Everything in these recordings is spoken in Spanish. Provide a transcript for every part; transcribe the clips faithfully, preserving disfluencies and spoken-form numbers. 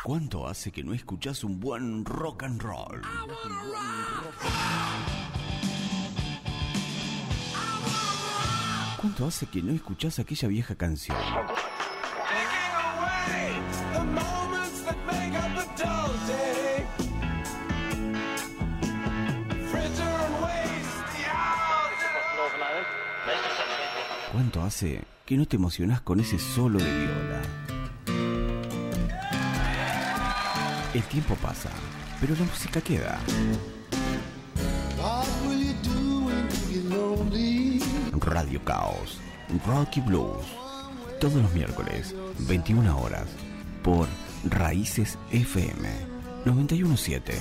¿Cuánto hace que no escuchás un buen rock and roll? ¿Cuánto hace que no escuchás aquella vieja canción? ¿Cuánto hace que no te emocionás con ese solo de viola? El tiempo pasa, pero la música queda. Radio Caos, Rock y Blues, todos los miércoles, veintiuna horas, por Raíces F M noventa y uno punto siete.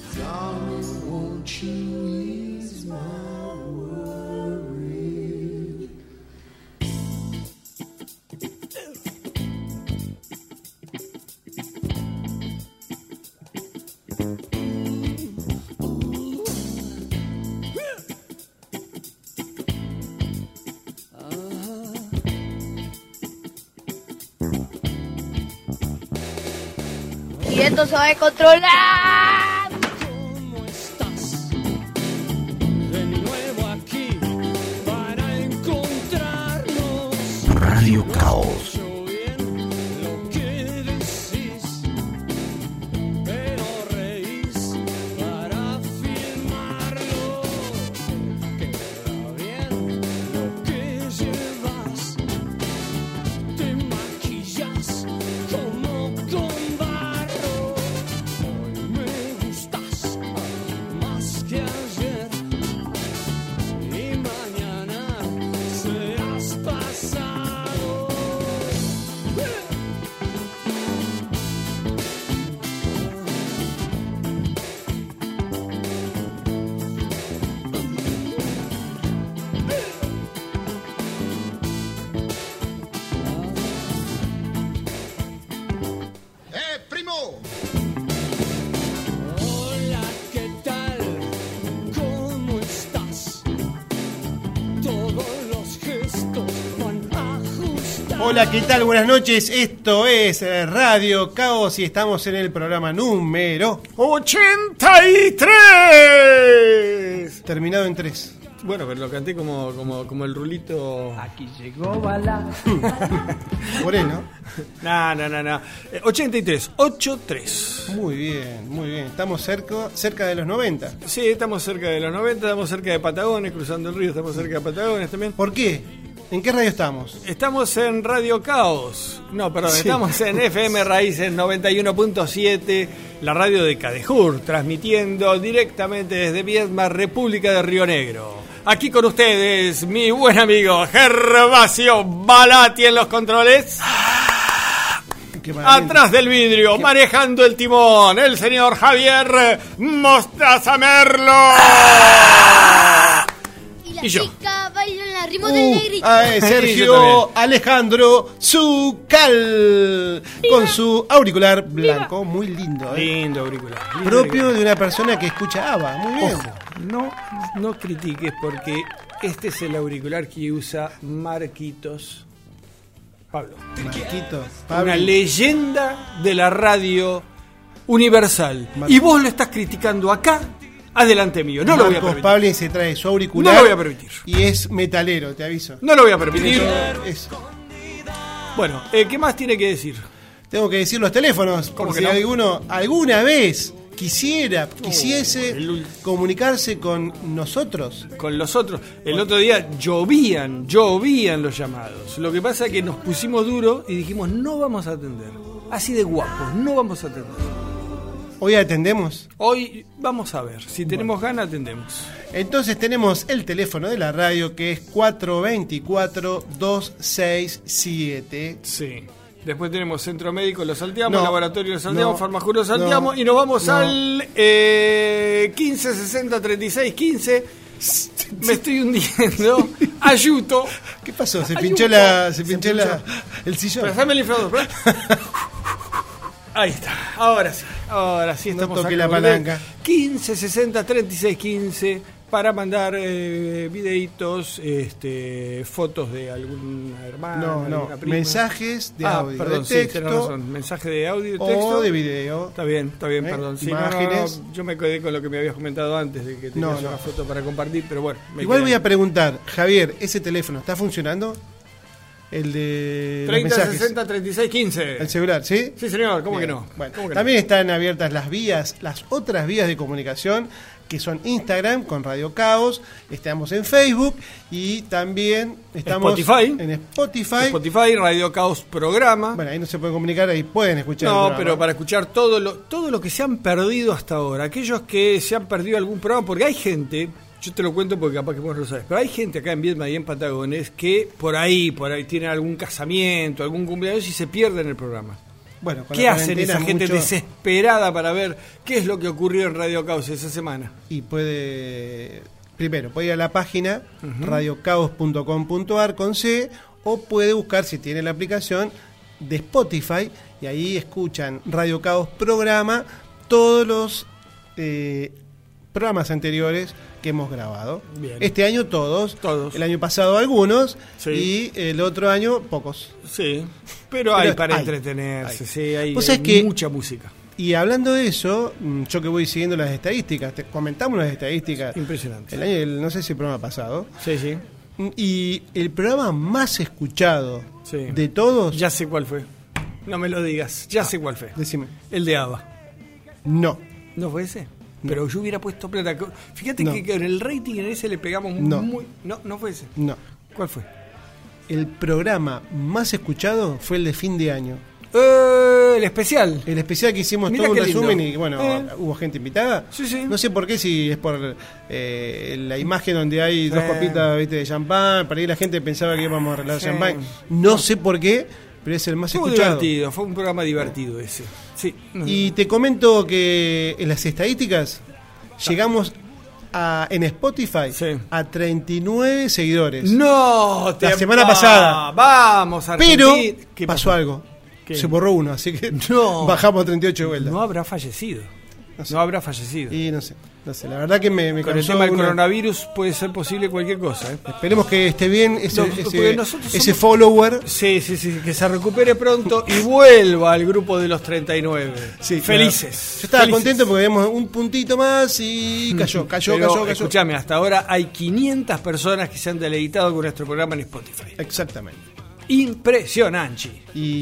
Y esto se va a controlar. ¿Cómo estás? De nuevo aquí para encontrarnos. Radio Caos. Yo bien lo que decís, pero reís para filmarlo. Queda bien lo que llevas. Te maquillas como con Hola, ¿qué tal? Buenas noches, esto es Radio Caos y estamos en el programa número ochenta y tres. Terminado en tres. Bueno, pero lo canté como, como, como el rulito. Aquí llegó Bala. Por él, ¿no? No, no, no, no. Eh, ochenta y tres, ochenta y tres. Muy bien, muy bien. Estamos cerca, cerca de los noventa. Sí, estamos cerca de los noventa, estamos cerca de Patagones, cruzando el río, estamos cerca de Patagones también. ¿Por qué? ¿En qué radio estamos? Estamos en Radio Caos. No, perdón, Sí. Estamos en F M Raíces noventa y uno punto siete, la radio de Cadejur, transmitiendo directamente desde Viedma, República de Río Negro. Aquí con ustedes, mi buen amigo Gervasio Balati en los controles. Qué maravilla. Atrás del vidrio, Qué... manejando el timón, el señor Javier Mostaza Merlo. Y la Y yo. chica baila en la ritmo Uh, del negrito. ah, eh, Yo Sergio también. Alejandro Zucal con su auricular blanco, muy lindo, ¿eh? Lindo auricular. lindo Propio auricular. de una persona que escucha ABBA, muy bien. Ojo, no, no critiques porque este es el auricular que usa Marquitos Pablo. Marquito, Una Pablo. leyenda de la radio universal. Mar- Y vos lo estás criticando acá, adelante mío. No lo voy a Marcos permitir. Pablin se trae su auricular. No lo voy a permitir. Y es metalero, te aviso. No lo voy a permitir. Es- Bueno, eh, ¿qué más tiene que decir? tengo que decir los teléfonos, ¿Cómo por que si no? alguno alguna vez quisiera, quisiese el ul- comunicarse con nosotros. Con los otros, el otro día llovían, llovían los llamados. Lo que pasa es que nos pusimos duro y dijimos, no vamos a atender. Así de guapos, no vamos a atender. Hoy atendemos. Hoy vamos a ver, si tenemos ganas atendemos. Entonces tenemos el teléfono de la radio que es cuatro dos cuatro, dos seis siete. Sí. Después tenemos Centro Médico, lo salteamos, No, Laboratorio lo salteamos, no, Farmajuro lo salteamos no, y nos vamos no. al eh, quince sesenta treinta y seis quince. Me estoy hundiendo. Ayuto. ¿Qué pasó? Se Hay pinchó un la, po- se se pinchó pinchó. la, el sillón. Préstame el inflador, ¿verdad? Ahí está. Ahora sí. Ahora sí No estamos toqué acá la con palanca. el quince sesenta treinta y seis quince. para mandar eh, videitos, este, fotos de algún hermano, No, no, alguna prima. mensajes de ah, audio, perdón, de sí, texto tenés razón. Mensaje de audio, de texto o de video. Está bien, está bien, ¿Eh? perdón. Sí, no, no, Imágenes. no, yo me quedé con lo que me habías comentado antes de que tenías No, no. una foto para compartir, pero bueno. me Igual quedé. voy a preguntar, Javier, ¿ese teléfono está funcionando? El de los treinta, mensajes. sesenta, treinta y seis, quince. El celular, ¿sí? Sí, señor, ¿cómo Bien. que no? Bueno, ¿Cómo que también están abiertas las vías, las otras vías de comunicación, que son Instagram con Radio Caos, estamos en Facebook y también estamos Spotify. en Spotify. no? Spotify, Radio Caos Programa. Bueno, ahí no se pueden comunicar, ahí pueden escuchar. el No, programa. pero para escuchar todo lo, todo lo que se han perdido hasta ahora, aquellos que se han perdido algún programa, porque hay gente, yo te lo cuento porque capaz que vos no lo sabes, pero hay gente acá en Viedma y en Patagones que por ahí, por ahí tienen algún casamiento, algún cumpleaños y se pierden el programa. Bueno, con ¿Qué la hacen cuarentena esa gente mucho- desesperada para ver qué es lo que ocurrió en Radio Caos esa semana? Y puede, primero, puede ir a la página radio caos punto com punto a r con C, o puede buscar, si tiene la aplicación, de Spotify, y ahí escuchan Radio Caos Programa, todos los eh, programas anteriores que hemos grabado. Bien. Este año todos, Todos. el año pasado algunos, Sí. y el otro año pocos. Sí, pero hay Pero para hay, entretenerse, hay. sí, hay, Vos hay sabés que- mucha música. Y hablando de eso, mm, yo que voy siguiendo las estadísticas, te comentamos las estadísticas. Impresionante. El año, el- no sé si el programa pasado. Sí, sí, Y el programa más escuchado sí. de todos, Ya sé cuál fue. No me lo digas, ya sé cuál fue. decime, El de ABBA. no, ¿No fue ese? Pero yo hubiera puesto plata. Fíjate No. que con el rating en ese le pegamos No. muy... No, no fue ese. no. ¿Cuál fue? El programa más escuchado fue el de fin de año. Eh, el especial. El especial que hicimos Mirá todo un qué lindo. resumen y bueno, Eh. hubo gente invitada. Sí, sí. No sé por qué, si es por eh, la imagen donde hay dos Sí. copitas, ¿viste?, de champán. Para ahí la gente pensaba que íbamos a regalar Sí. champán. No sé por qué, pero es el más Fue escuchado. divertido, fue un programa divertido ese. Sí. Y te comento que en las estadísticas llegamos a, en Spotify Sí. a treinta y nueve seguidores. No, te La semana va- pasada. Vamos, Pero Argentina. ¿Qué pasó algo. ¿Qué? Se borró uno, así que No. bajamos a treinta y ocho de vuelta. No habrá fallecido. No sé. No habrá fallecido. Y no sé, no sé. La verdad que me, me Con el causó tema del una- coronavirus puede ser posible cualquier cosa. ¿eh? Esperemos que esté bien ese, No, ese- porque nosotros ese somos- follower. Sí, sí, sí, que se recupere pronto y vuelva al grupo de los treinta y nueve. Sí, Felices. Yo estaba felices. contento porque vemos un puntito más y cayó, cayó, Pero, cayó, cayó. escúchame, hasta ahora hay quinientas personas que se han deleitado con nuestro programa en Spotify. Exactamente. Impresionante.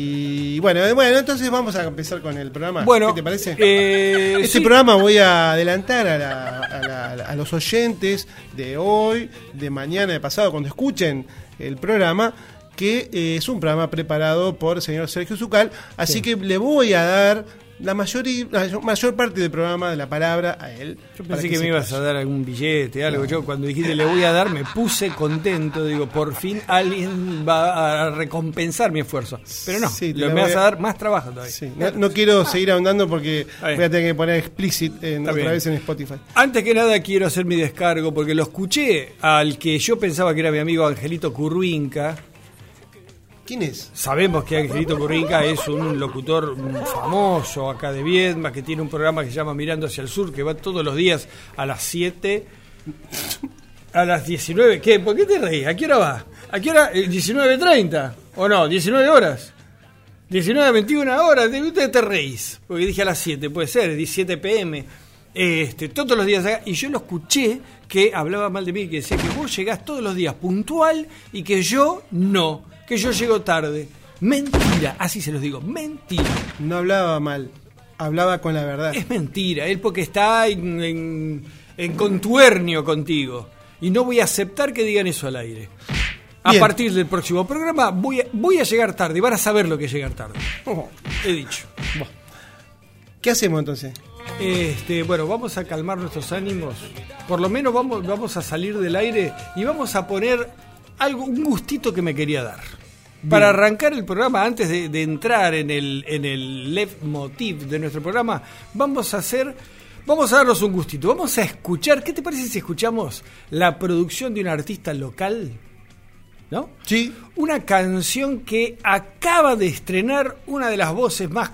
Y bueno, bueno, entonces vamos a empezar con el programa. Bueno, ¿Qué te parece? eh, Este sí. programa voy a adelantar a, la- a la- a los oyentes de hoy, de mañana, de pasado, cuando escuchen el programa, que eh, es un programa preparado por el señor Sergio Zucal, así que le voy a dar la mayor, la mayor parte del programa, de la palabra, a él. Yo para pensé que, se me ibas a calle. dar algún billete, algo. Yo cuando dijiste le voy a dar, me puse contento. Digo, por fin alguien va a recompensar mi esfuerzo. Pero no, Sí, te lo la me voy vas a- a dar más trabajo todavía. Sí, no, no quiero seguir ahondando porque Está bien. voy a tener que poner explicit en, Está otra bien. vez en Spotify. Antes que nada quiero hacer mi descargo porque lo escuché al que yo pensaba que era mi amigo Angelito Curruinca. ¿Quién es? Sabemos que Angelito Curruinca es un locutor mm, famoso acá de Viedma, que tiene un programa que se llama Mirando hacia el Sur, que va todos los días a las siete, a las diecinueve. ¿Qué? ¿Por qué te reís? ¿A qué hora va? ¿A qué hora? Eh, diecinueve treinta. ¿O no? diecinueve horas. diecinueve veintiuna horas. De- Ustedes te reís. Porque dije a las siete, puede ser, diecisiete pm. Este, todos los días acá. Y yo lo escuché que hablaba mal de mí, que decía que vos llegás todos los días puntual y que yo no. Que yo llego tarde. Mentira, así se los digo, mentira. No hablaba mal, hablaba con la verdad. Es mentira, él porque está en, en, en contuernio contigo. Y no voy a aceptar que digan eso al aire. A Bien. partir del próximo programa voy a, voy a llegar tarde, van a saber lo que es llegar tarde. Oh, He dicho. ¿qué hacemos entonces? Este, bueno, vamos a calmar nuestros ánimos. Por lo menos vamos, vamos a salir del aire y vamos a poner algo, un gustito que me quería dar. Para arrancar el programa, antes de, de entrar en el, en el leitmotiv de nuestro programa, vamos a hacer, vamos a darnos un gustito. Vamos a escuchar, ¿qué te parece si escuchamos la producción de un artista local? ¿No? Sí. Una canción que acaba de estrenar una de las voces más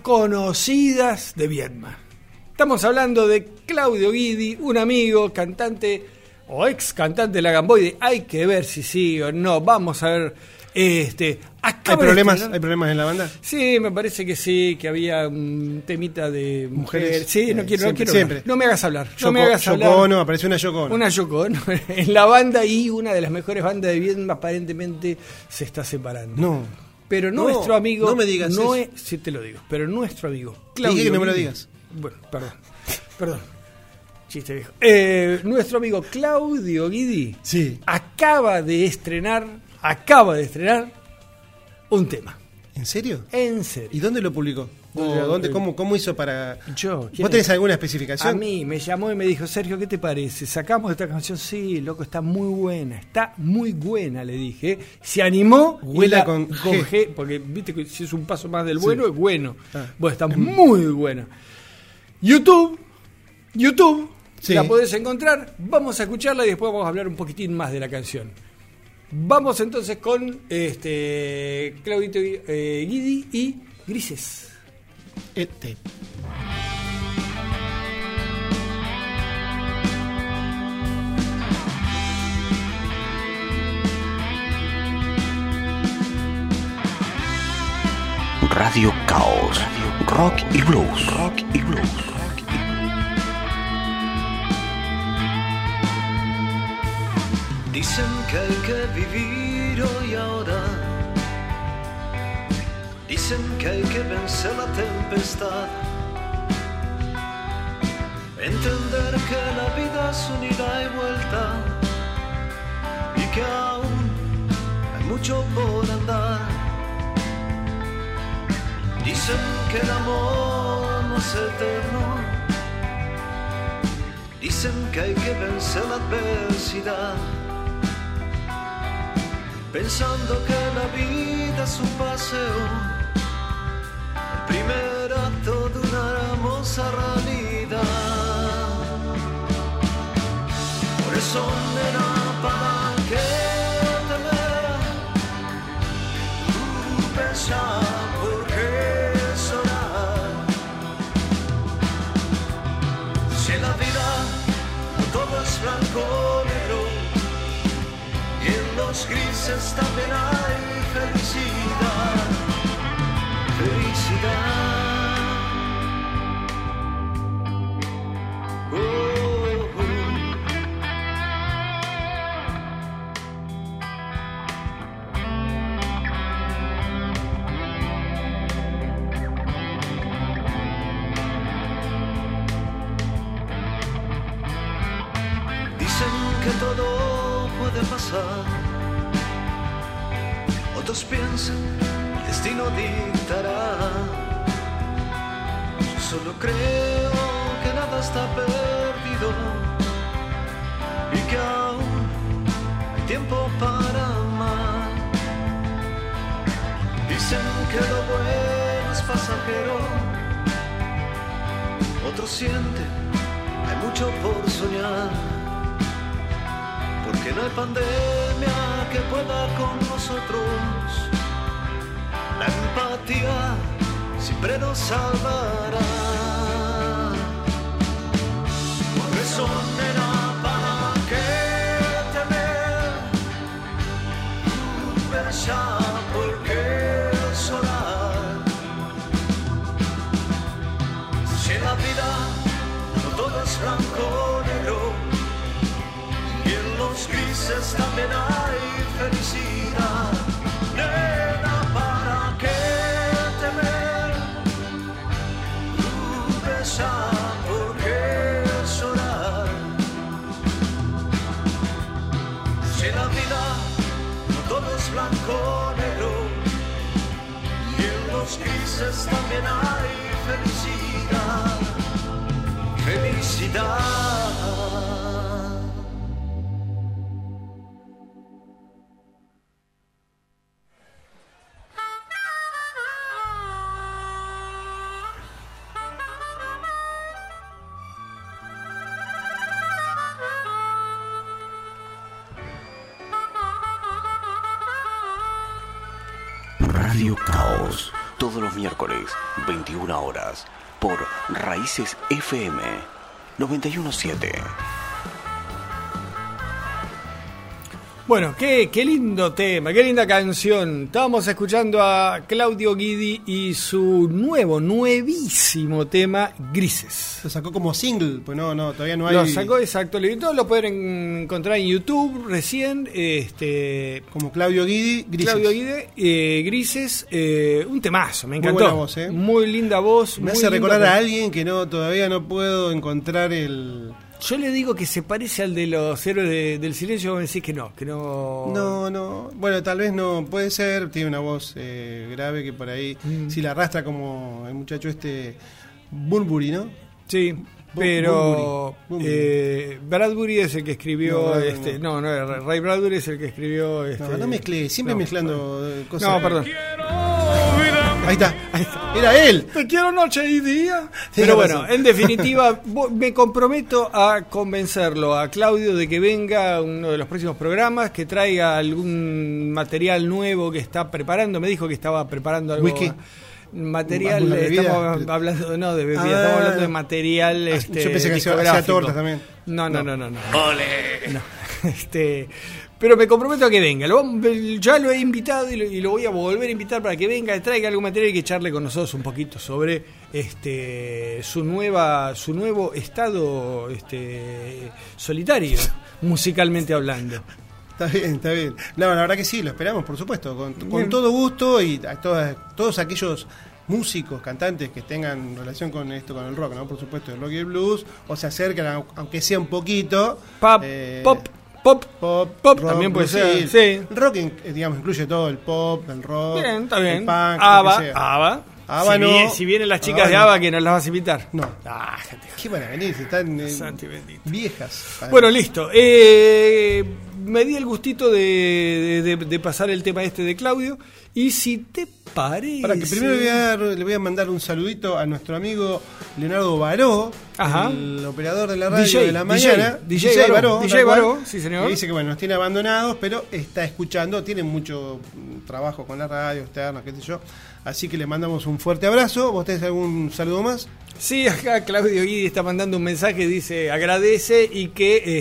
conocidas de Viedma. Estamos hablando de Claudio Guidi, un amigo, cantante o ex cantante de la Gamboide. Hay que ver si sí o no. Vamos a ver. Este, ¿Hay acaba de problemas, estrenar- ¿Hay problemas en la banda? Sí, me parece que sí, que había un temita de Mujeres. mujeres. Sí, no Eh, quiero, no siempre, quiero siempre. hablar. No me hagas hablar. No Yoko, me hagas Yoko hablar. Ono, apareció una Yoko Ono. Una Yoko Ono en la banda, y una de las mejores bandas de Vietnam aparentemente se está separando. No. Pero No, nuestro amigo. no me digas no eso. es, sí te lo digo. Pero nuestro amigo. Te dije que no me lo Guidi- digas. Bueno, perdón. Perdón. Chiste viejo. Eh, nuestro amigo Claudio Guidi Sí. acaba de estrenar. Acaba de estrenar un tema. ¿En serio? En serio. ¿Y dónde lo publicó? ¿Dónde, Oh, dónde- eh, cómo, ¿Cómo hizo para...? Yo. ¿quién ¿Vos tenés es? alguna A especificación? mí me llamó y me dijo, Sergio, ¿qué te parece? ¿Sacamos esta canción? Sí, loco, está muy buena, está muy buena, le dije. Se animó. y Huela la- con G. G, porque viste que si es un paso más del Sí. bueno, es bueno. Ah. Bueno, está muy buena. YouTube, YouTube, Sí. la podés encontrar. Vamos a escucharla y después vamos a hablar un poquitín más de la canción. Vamos entonces con este Claudito eh, Guidi y Grises. Este. Radio Caos. Rock y blues. Rock y blues. Dicen que hay que vivir hoy ahora. Dicen que hay que vencer la tempestad. Entender que la vida es un ida y vuelta. Y que aún hay mucho por andar. Dicen que el amor no es eterno. Dicen que hay que vencer la adversidad. Pensando que la vida es un paseo, el primer acto de una hermosa realidad. Por eso, nena, ¿para qué temer? Tú pensá, ¿por qué llorar? Si en la vida no todo es blanco o negro, y en los grises también hay felicidad, felicidad. Oh, oh. Dicen que todo puede pasar. Otros piensan, el destino dictará. Yo solo creo que nada está perdido y que aún hay tiempo para amar. Dicen que lo bueno es pasajero. Otros sienten, hay mucho por soñar. Porque no hay pandemia que pueda con nosotros. La empatía siempre nos salvará. Por eso, nena, ¿para qué temer? Tú pensá, ¿por qué llorar? Si en la vida no todo es blanco o negro, los grises también hay felicidad. Nena, ¿para qué temer? Tú pensá, ¿por qué llorar? Si en la vida no todo es blanco o negro, y en los grises también hay felicidad, felicidad. Radio Caos. Todos los miércoles, veintiuna horas. Por Raíces F M noventa y uno punto siete. Bueno, qué, qué lindo tema, qué linda canción. Estábamos escuchando a Claudio Guidi y su nuevo, nuevísimo tema, Grises. Lo sacó como single, pues no, no, todavía no hay. Lo sacó, exacto. Todo lo pueden encontrar en YouTube recién. Este, como Claudio Guidi, Grises. Claudio Guidi, eh, Grises, eh, un temazo, me encantó. Muy buena voz, ¿eh? Muy linda voz. Me muy hace recordar linda a alguien que no todavía no puedo encontrar el... Yo le digo que se parece al de los héroes de, del silencio, vos me decís que no, que no... No, no, bueno, tal vez no, puede ser, tiene una voz eh, grave que por ahí, mm. si la arrastra como el muchacho este, Bunbury, ¿no? Sí, pero Bunbury. Eh, Bradbury es el que escribió, no, este, no, no, no, Ray Bradbury es el que escribió... Este, no, no mezclé, siempre no, mezclando no, cosas. No, perdón. Ahí está, ahí está, era él. Te quiero noche y día. Pero bueno, razón. En definitiva, me comprometo a convencerlo a Claudio de que venga a uno de los próximos programas, que traiga algún material nuevo que está preparando. Me dijo que estaba preparando algo. Whisky. Material, estamos hablando, no de bebida, ah, estamos hablando de material. Este, yo pensé que hacía tortas también. No, no, no, no. no, no. ¡Ole! No, este. Pero me comprometo a que venga. Lo, ya lo he invitado y lo, y lo voy a volver a invitar para que venga, traiga algún material y que charle con nosotros un poquito sobre este su nueva su nuevo estado este solitario, musicalmente hablando. Está bien, está bien. No, la verdad que sí, lo esperamos, por supuesto, con, con todo gusto y a todas, todos aquellos músicos, cantantes que tengan relación con esto, con el rock, ¿no? Por supuesto, el rock y el blues, o se acercan, aunque sea un poquito. Pop, eh, pop. Pop, pop, pop rock, también puede sí, ser. Sí. El rock, digamos, incluye todo: el pop, el rock, bien, está bien. el punk, ABBA, ABBA. ABBA si, no. viene, si vienen las chicas ABBA de ABBA, que nos las vas a invitar. No. Ah, gente. ¿Qué van a venir? Si están eh, Santi bendito. Viejas. Bueno, listo. Eh, me di el gustito de, de, de pasar el tema este de Claudio. Y si te parece... Para que primero le voy, a dar, le voy a mandar un saludito a nuestro amigo Leonardo Baró, Ajá. el operador de la radio D J, de la mañana. D J, D J Baró, D J Baró, sí señor. Que dice que bueno, nos tiene abandonados, pero está escuchando, tiene mucho trabajo con la radio externa, qué sé yo. Así que le mandamos un fuerte abrazo. ¿Vos tenés algún saludo más? Sí, acá Claudio Guidi está mandando un mensaje, dice agradece y que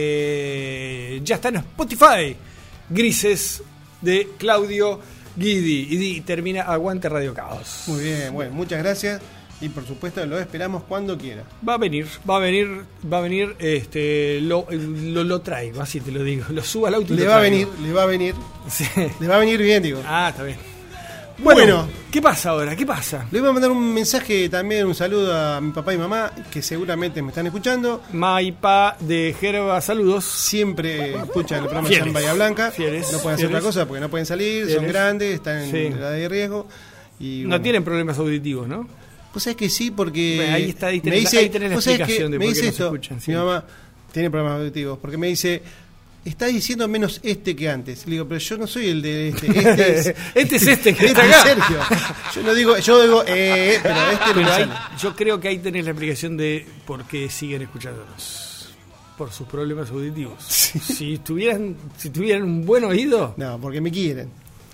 este ya está en Spotify. Grises de Claudio Guidi y termina Aguante Radio Caos. Muy bien, bueno, muchas gracias y por supuesto lo esperamos cuando quiera. Va a venir, va a venir, va a venir, este, lo, lo, lo traigo, así te lo digo, lo subo al auto y le lo va traigo. a venir, le va a venir, sí. le va a venir bien, digo. Ah, está bien. Bueno, bueno, ¿qué pasa ahora? ¿Qué pasa? Le voy a mandar un mensaje también, un saludo a mi papá y mamá, que seguramente me están escuchando. Ma y pa de Gerba, saludos. Siempre escuchan el programa Fieles. San Bahía Blanca. Fieles. No pueden hacer Fieles. otra cosa porque no pueden salir, Fieles. son grandes, están en Sí. edad de riesgo. Y, No bueno, tienen problemas auditivos, ¿no? Pues sabés que sí, porque Bueno, ahí está, ahí tenés me dice, la- ahí tenés la vos sabés explicación que de me por qué dice no se esto, escuchan, sí. mi mamá tiene problemas auditivos, porque me dice, está diciendo menos este que antes. Le digo, pero yo no soy el de este, este es Este es este que este está es acá. Sergio. Yo no digo, yo digo, eh, pero este no Pero me ahí, sale. yo creo que ahí tenés la explicación de por qué siguen escuchándonos. Por sus problemas auditivos. Si tuvieran, si tuvieran un buen oído. No, porque me quieren.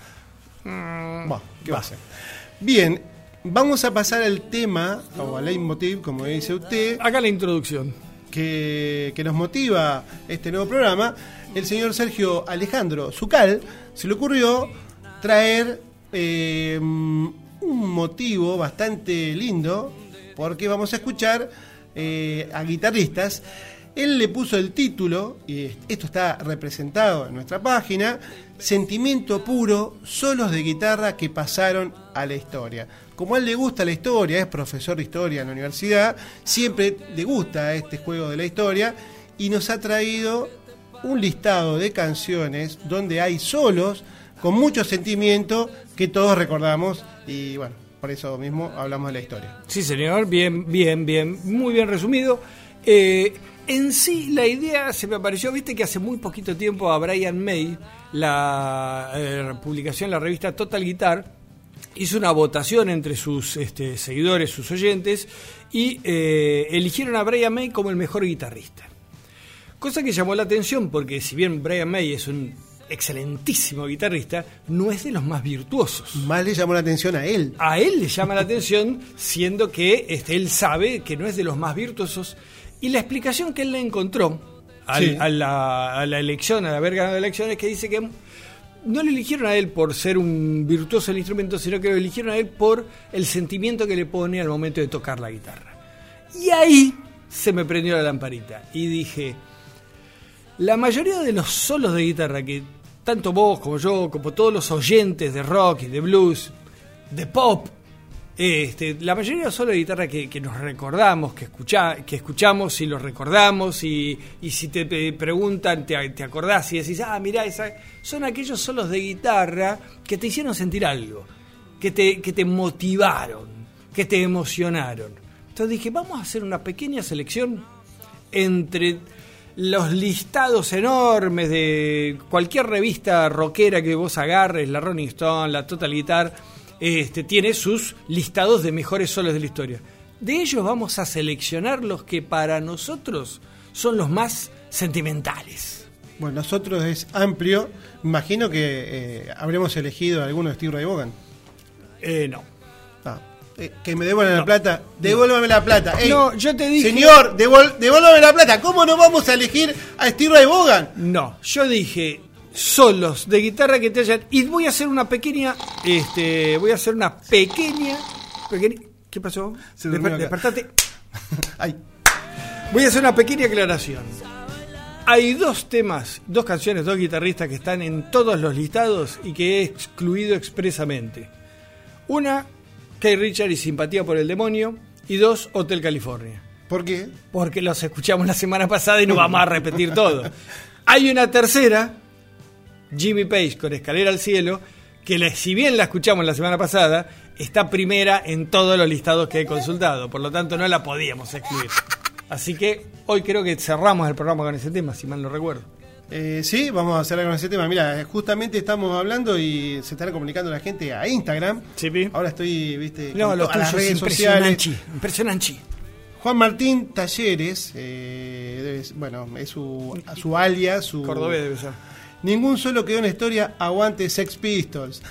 mm, Bueno, ¿qué va. va a ser? Bien, vamos a pasar al tema, o al leitmotiv, como dice usted, Acá la introducción. que, que nos motiva este nuevo programa. El señor Sergio Alejandro Zucal se le ocurrió traer eh, un motivo bastante lindo, porque vamos a escuchar eh, a guitarristas. Él le puso el título, y esto está representado en nuestra página: Sentimiento puro, solos de guitarra que pasaron a la historia. Como a él le gusta la historia, es profesor de historia en la universidad, siempre le gusta este juego de la historia, y nos ha traído un listado de canciones donde hay solos con mucho sentimiento que todos recordamos, y bueno, por eso mismo hablamos de la historia. Sí, señor. Bien, bien, bien. Muy bien resumido. Eh, en sí, la idea se me apareció, viste que hace muy poquito tiempo a Brian May, la eh, publicación en la revista Total Guitar, hizo una votación entre sus este, seguidores, sus oyentes, y eh, eligieron a Brian May como el mejor guitarrista. Cosa que llamó la atención porque si bien Brian May es un excelentísimo guitarrista, no es de los más virtuosos. Más le llamó la atención a él. A él le llama la atención, siendo que este, él sabe que no es de los más virtuosos. Y la explicación que él le encontró al, Sí. a, la, a la elección, al haber ganado elecciones, que dice que no lo eligieron a él por ser un virtuoso del instrumento, sino que lo eligieron a él por el sentimiento que le pone al momento de tocar la guitarra. Y ahí se me prendió la lamparita y dije, la mayoría de los solos de guitarra que tanto vos como yo, como todos los oyentes de rock y de blues, de pop, este, la mayoría de los solos de guitarra que, que nos recordamos, que, escucha, que escuchamos y los recordamos, y, y si te, te preguntan, te, te acordás y decís, ah, mirá, esa, son aquellos solos de guitarra que te hicieron sentir algo, que te, que te motivaron, que te emocionaron. Entonces dije, vamos a hacer una pequeña selección entre los listados enormes de cualquier revista rockera que vos agarres, la Rolling Stone, la Total Guitar, este, tiene sus listados de mejores solos de la historia. De ellos vamos a seleccionar los que para nosotros son los más sentimentales. Bueno, nosotros es amplio. Imagino que eh, habremos elegido alguno de Steve Ray Vaughan. Eh, no. Ah, eh, que me devuelvan No. la plata. Devuélvame la plata. Ey, No, yo te dije... Señor, devol- devuélvame la plata. ¿Cómo no vamos a elegir a Steve Ray Vaughan? No, yo dije solos de guitarra que te hayan... Y voy a hacer una pequeña... este Voy a hacer una pequeña... pequeña ¿Qué pasó? Se durmió Desper- acá. despertate. Ay, Voy a hacer una pequeña aclaración. Hay dos temas, dos canciones, dos guitarristas que están en todos los listados y que he excluido expresamente. Una, Keith Richards y Simpatía por el Demonio. Y dos, Hotel California. ¿por qué? Porque los escuchamos la semana pasada y no vamos a repetir todo. Hay una tercera, Jimmy Page con Escalera al Cielo, que la, si bien la escuchamos la semana pasada, está primera en todos los listados que he consultado, por lo tanto no la podíamos excluir. Así que hoy creo que cerramos el programa con ese tema, si mal no recuerdo. Eh, sí, vamos a hacer con ese tema. Mira, justamente estamos hablando y se estará comunicando la gente a Instagram. Sí, Pi. Ahora estoy, viste, No, con lo todas las tuyo es redes sociales. impresionante, impresionante. Juan Martín Talleres, eh, es- bueno, es su, su alias, su... Cordobés debe ser. Ningún solo quedó en la historia, aguante Sex Pistols.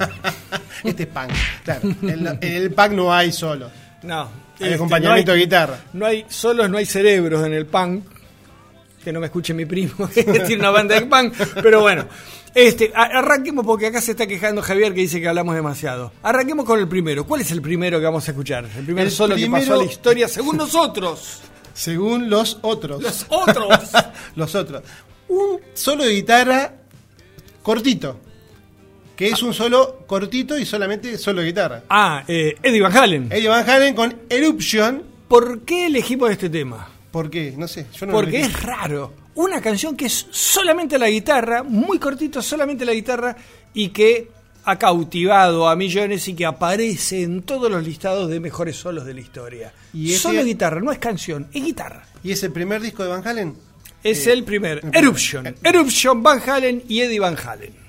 Este es punk, claro. En, la- en el punk no hay solo. No. Hay este, acompañamiento no hay- de guitarra. No hay, solos no hay cerebros en el punk. Que no me escuche mi primo, que tiene una banda de punk. Pero bueno, este, a- arranquemos porque acá se está quejando Javier que dice que hablamos demasiado. Arranquemos con el primero. ¿Cuál es el primero que vamos a escuchar? El primer El solo primero- que pasó a la historia según nosotros. Según los otros. Los otros. Los otros. Un solo de guitarra cortito. Que es un solo cortito y solamente solo de guitarra. Ah, eh, Eddie Van Halen. Eddie Van Halen con Eruption. ¿Por qué elegimos este tema? ¿Por qué? No sé. Yo no lo Porque elegí. es raro. Una canción que es solamente la guitarra, muy cortito, solamente la guitarra, y que ha cautivado a millones y que aparece en todos los listados de mejores solos de la historia. Y ese- Solo guitarra, no es canción, es guitarra. ¿Y es el primer disco de Van Halen? Es Eh, el primer. el primer. Eruption. Eruption, Van Halen y Eddie Van Halen.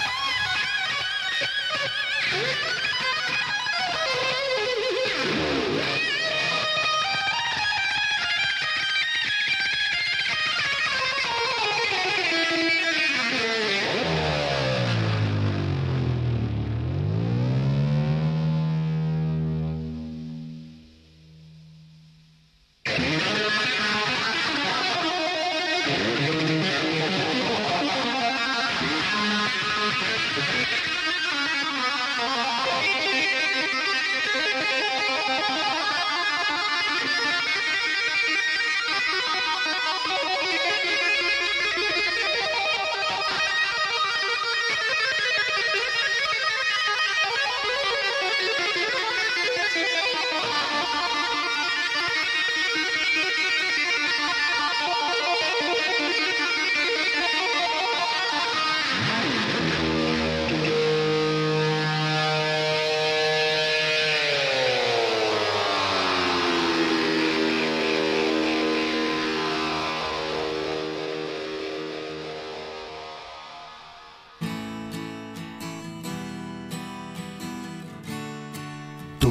Thank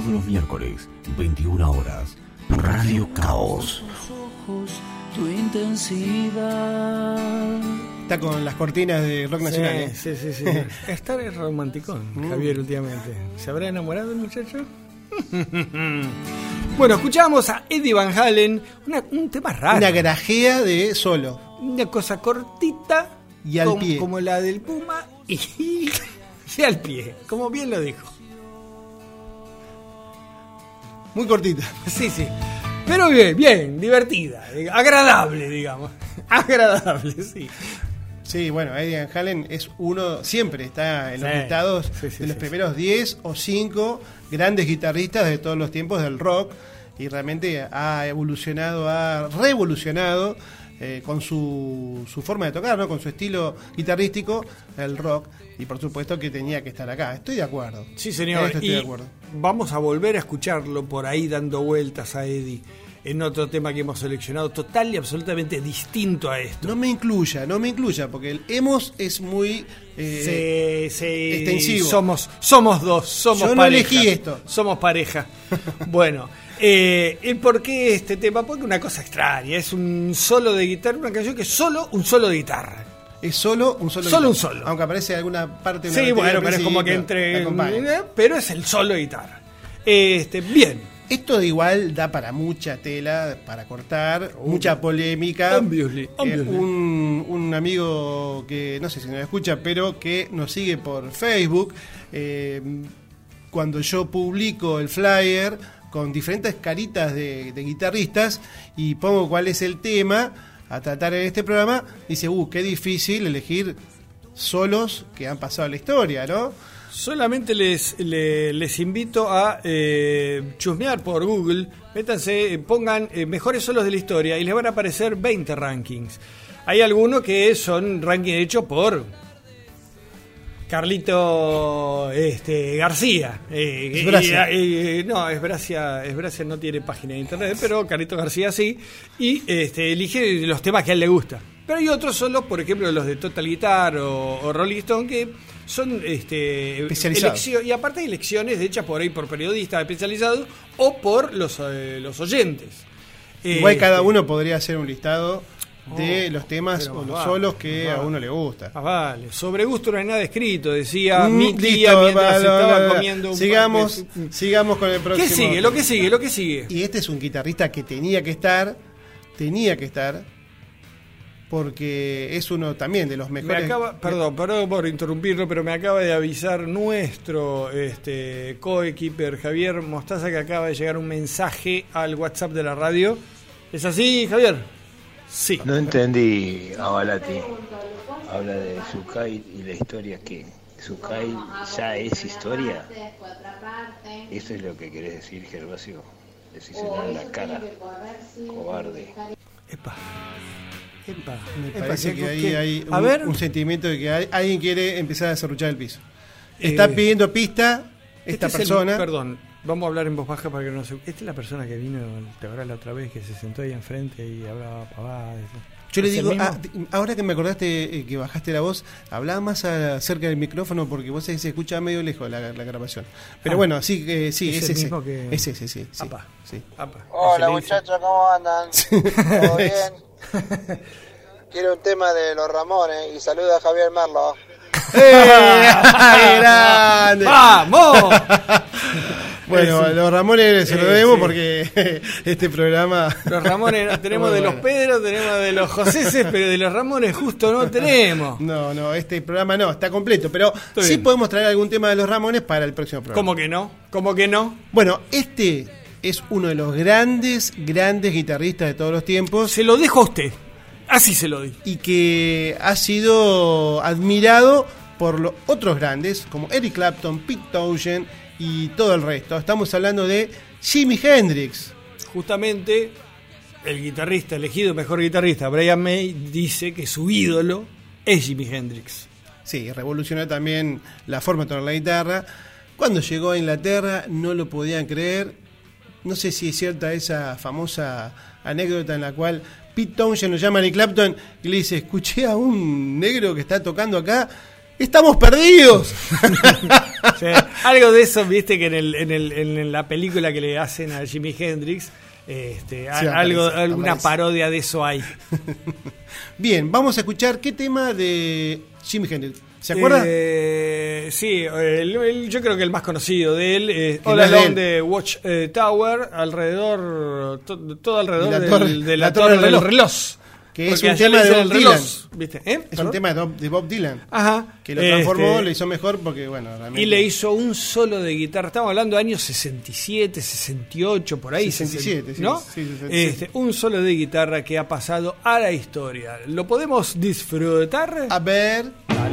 Todos los miércoles, veintiuna horas, Radio Caos. Tu intensidad. Está con las cortinas de rock nacional. ¿eh? Sí, sí, sí. sí. Estar es romanticón, Javier, últimamente. ¿Se habrá enamorado el muchacho? Bueno, escuchamos a Eddie Van Halen, una, un tema raro. Una grajea de solo. Una cosa cortita y al como, pie. Como la del Puma y, y al pie, como bien lo dijo. Muy cortita. Sí, sí. Pero bien, bien, divertida, agradable, digamos. Agradable, sí. Sí, bueno, Eddie Van Halen es uno, siempre está en los sí, listados sí, sí, de los sí, primeros diez o cinco grandes guitarristas de todos los tiempos del rock, y realmente ha evolucionado, ha revolucionado eh, con su, su forma de tocar, ¿no? Con su estilo guitarrístico, el rock, y por supuesto que tenía que estar acá. Estoy de acuerdo. Sí, señor. Estoy y de acuerdo. Vamos a volver a escucharlo por ahí dando vueltas a Eddie en otro tema que hemos seleccionado, total y absolutamente distinto a esto. No me incluya, no me incluya, porque el emos es muy eh, sí, sí, extensivo. Somos, somos dos, somos Yo no pareja. elegí esto. Somos pareja. Bueno, eh, ¿el por qué este tema? Porque una cosa extraña, es un solo de guitarra, una canción que es solo un solo de guitarra. Es solo un solo Solo guitarra. un solo. Aunque aparece alguna parte de Sí, una bueno, batería pero es como al que principio, entre... te acompaña. Pero es el solo de guitarra. Este, bien. Esto de igual da para mucha tela, para cortar, uh, mucha polémica. Obviously, obviously. Eh, un, un amigo que, no sé si nos escucha, pero que nos sigue por Facebook, eh, cuando yo publico el flyer con diferentes caritas de, de guitarristas y pongo cuál es el tema a tratar en este programa, dice, uh, qué difícil elegir solos que han pasado la historia, ¿no? Solamente les, les, les invito a eh, chusmear por Google, métanse, pongan eh, mejores solos de la historia y les van a aparecer veinte rankings. Hay algunos que son rankings hechos por Carlito este, García. Eh, es Bracia. Eh, eh, no, es Bracia, es Bracia, no tiene página de internet, pero Carlito García sí. Y este, elige los temas que a él le gusta. Pero hay otros solos, por ejemplo, los de Total Guitar o, o Rolling Stone, que son este, especializados. Eleccio- y aparte hay elecciones hechas por ahí por periodistas especializados o por los, eh, los oyentes. Igual Eh, cada este, uno podría hacer un listado de Oh, los temas pero o más los vale, solos que más a vale. uno le gusta. Ah, vale. Sobre gusto no hay nada escrito, decía Mm, mi tía listo, mientras va, estaba va, va, va. comiendo un sigamos, pan de- sigamos con el próximo. ¿Qué sigue? Lo que sigue, lo que sigue. Y este es un guitarrista que tenía que estar, tenía que estar, porque es uno también de los Me mejores. acaba, perdón, perdón por interrumpirlo, pero me acaba de avisar nuestro este, coequiper Javier Mostaza que acaba de llegar un mensaje al WhatsApp de la radio. ¿Es así, Javier? Sí. No entendí a Balati. Habla de Sukai y la historia que Sukai ya es historia. ¿Eso es lo que querés decir, Gervasio? Decíselo en la cara, cobarde. Epa. Epa. Me Epa, parece ¿qué- que ahí qué? hay A un, ver. un sentimiento de que hay- alguien quiere empezar a serruchar el piso. Está Eh, pidiendo pista Este esta es el- persona. perdón, vamos a hablar en voz baja para que no se... Esta es la persona que vino, te acuerdas la otra vez, que se sentó ahí enfrente y hablaba pavadas. Yo le ¿Es el digo, mismo? ah, t- ahora que me acordaste eh, que bajaste la voz, hablaba más a- cerca del micrófono porque vos sabés que se escucha medio lejos la, la grabación. Pero Ah. bueno, sí, eh, sí, ¿Es es, el ese. mismo que- Es ese, sí. sí, Apa. sí. Apa, Hola se le dice. muchachos, ¿cómo andan? ¿Todo bien? Quiero un tema de los Ramones y saluda a Javier Merlo. ¡Eh! ¡Ay, grande! ¡Vamos! Bueno, Es- los Ramones se lo eh, debemos sí. porque este programa... Los Ramones tenemos Muy de los bueno. Pedro, tenemos de los Joséses, pero de los Ramones justo no tenemos. No, no, este programa no, está completo, pero sí bien. podemos traer algún tema de los Ramones para el próximo programa. ¿Cómo que no? ¿Cómo que no? Bueno, este es uno de los grandes, grandes guitarristas de todos los tiempos Se lo dejo a usted. Así se lo di. y que ha sido admirado por los otros grandes como Eric Clapton, Pete Townshend y todo el resto. Estamos hablando de Jimi Hendrix. Justamente el guitarrista elegido mejor guitarrista, Brian May, dice que su ídolo es Jimi Hendrix. Sí, revolucionó también la forma de tocar la guitarra. Cuando llegó a Inglaterra no lo podían creer. No sé si es cierta esa famosa anécdota en la cual Pete Townshend lo llama a Eric Clapton y le dice, escuché a un negro que está tocando acá estamos perdidos. O sea, algo de eso, viste, que en, el, en, el, en la película que le hacen a Jimi Hendrix, este, Sí, algo, aparece, alguna aparece. parodia de eso hay. Bien, vamos a escuchar qué tema de Jimi Hendrix. ¿Se acuerda? Eh, sí, el- el- yo creo que el más conocido de él es Que All no es de Along él. de Watch eh, Tower, alrededor, to- todo alrededor De la del- torre- de la, la torre torre del del reloj. Que es Porque un allá tema le de dicen Bob el reloj, Dylan. ¿viste? ¿Eh? Es ¿Perdón? un tema de Bob, de Bob Dylan. Ajá. Que lo transformó, Este, lo hizo mejor porque, bueno, realmente... y le hizo un solo de guitarra. Estamos hablando de años sesenta y siete, sesenta y ocho, por ahí. sesenta y siete, sí, ¿no? sí, sesenta y siete. Este, un solo de guitarra que ha pasado a la historia. ¿Lo podemos disfrutar? A ver...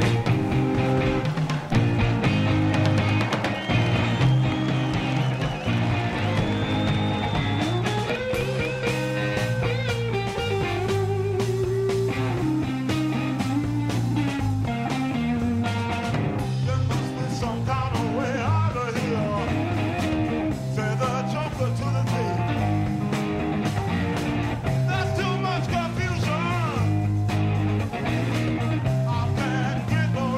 Some kind of way out of here. Say the joker to the thief. There's too much confusion. I can't get no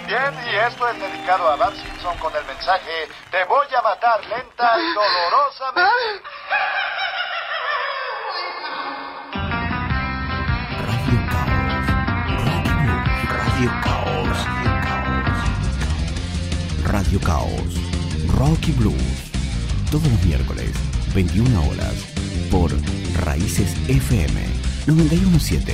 Bien, y esto es dedicado a Bart Simpson con el mensaje: te voy a matar lenta y dolorosamente. Radio Caos, Radio Caos, Radio Caos, Rock y Blues, todos los miércoles, veintiuna horas, por Raíces F M noventa y uno punto siete.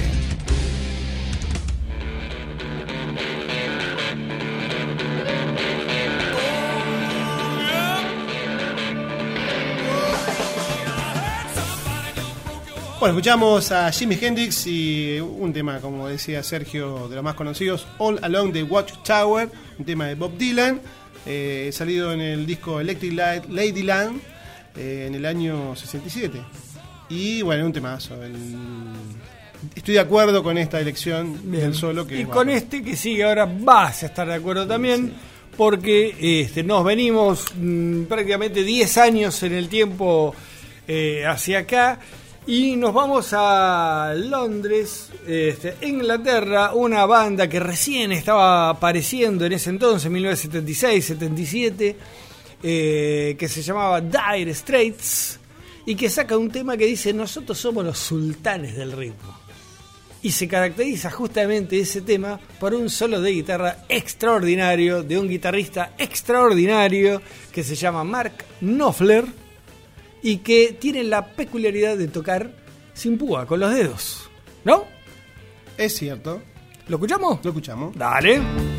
Bueno, escuchamos a Jimi Hendrix y un tema, como decía Sergio, de los más conocidos, All Along the Watchtower, un tema de Bob Dylan, eh, salido en el disco Electric Light Ladyland eh, en el año sesenta y siete. Y bueno, un temazo. El... Estoy de acuerdo con esta elección Bien. del solo. Que y va. con este que sigue ahora vas a estar de acuerdo también, sí. Porque este, nos venimos mmm, prácticamente diez años en el tiempo eh, hacia acá. Y nos vamos a Londres, este, Inglaterra, una banda que recién estaba apareciendo en ese entonces, mil novecientos setenta y seis, setenta y siete, eh, que se llamaba Dire Straits, y que saca un tema que dice: nosotros somos los sultanes del ritmo. Y se caracteriza justamente ese tema por un solo de guitarra extraordinario, de un guitarrista extraordinario, que se llama Mark Knopfler, y que tiene la peculiaridad de tocar sin púa, con los dedos, ¿no? Es cierto. ¿Lo escuchamos? Lo escuchamos. Dale.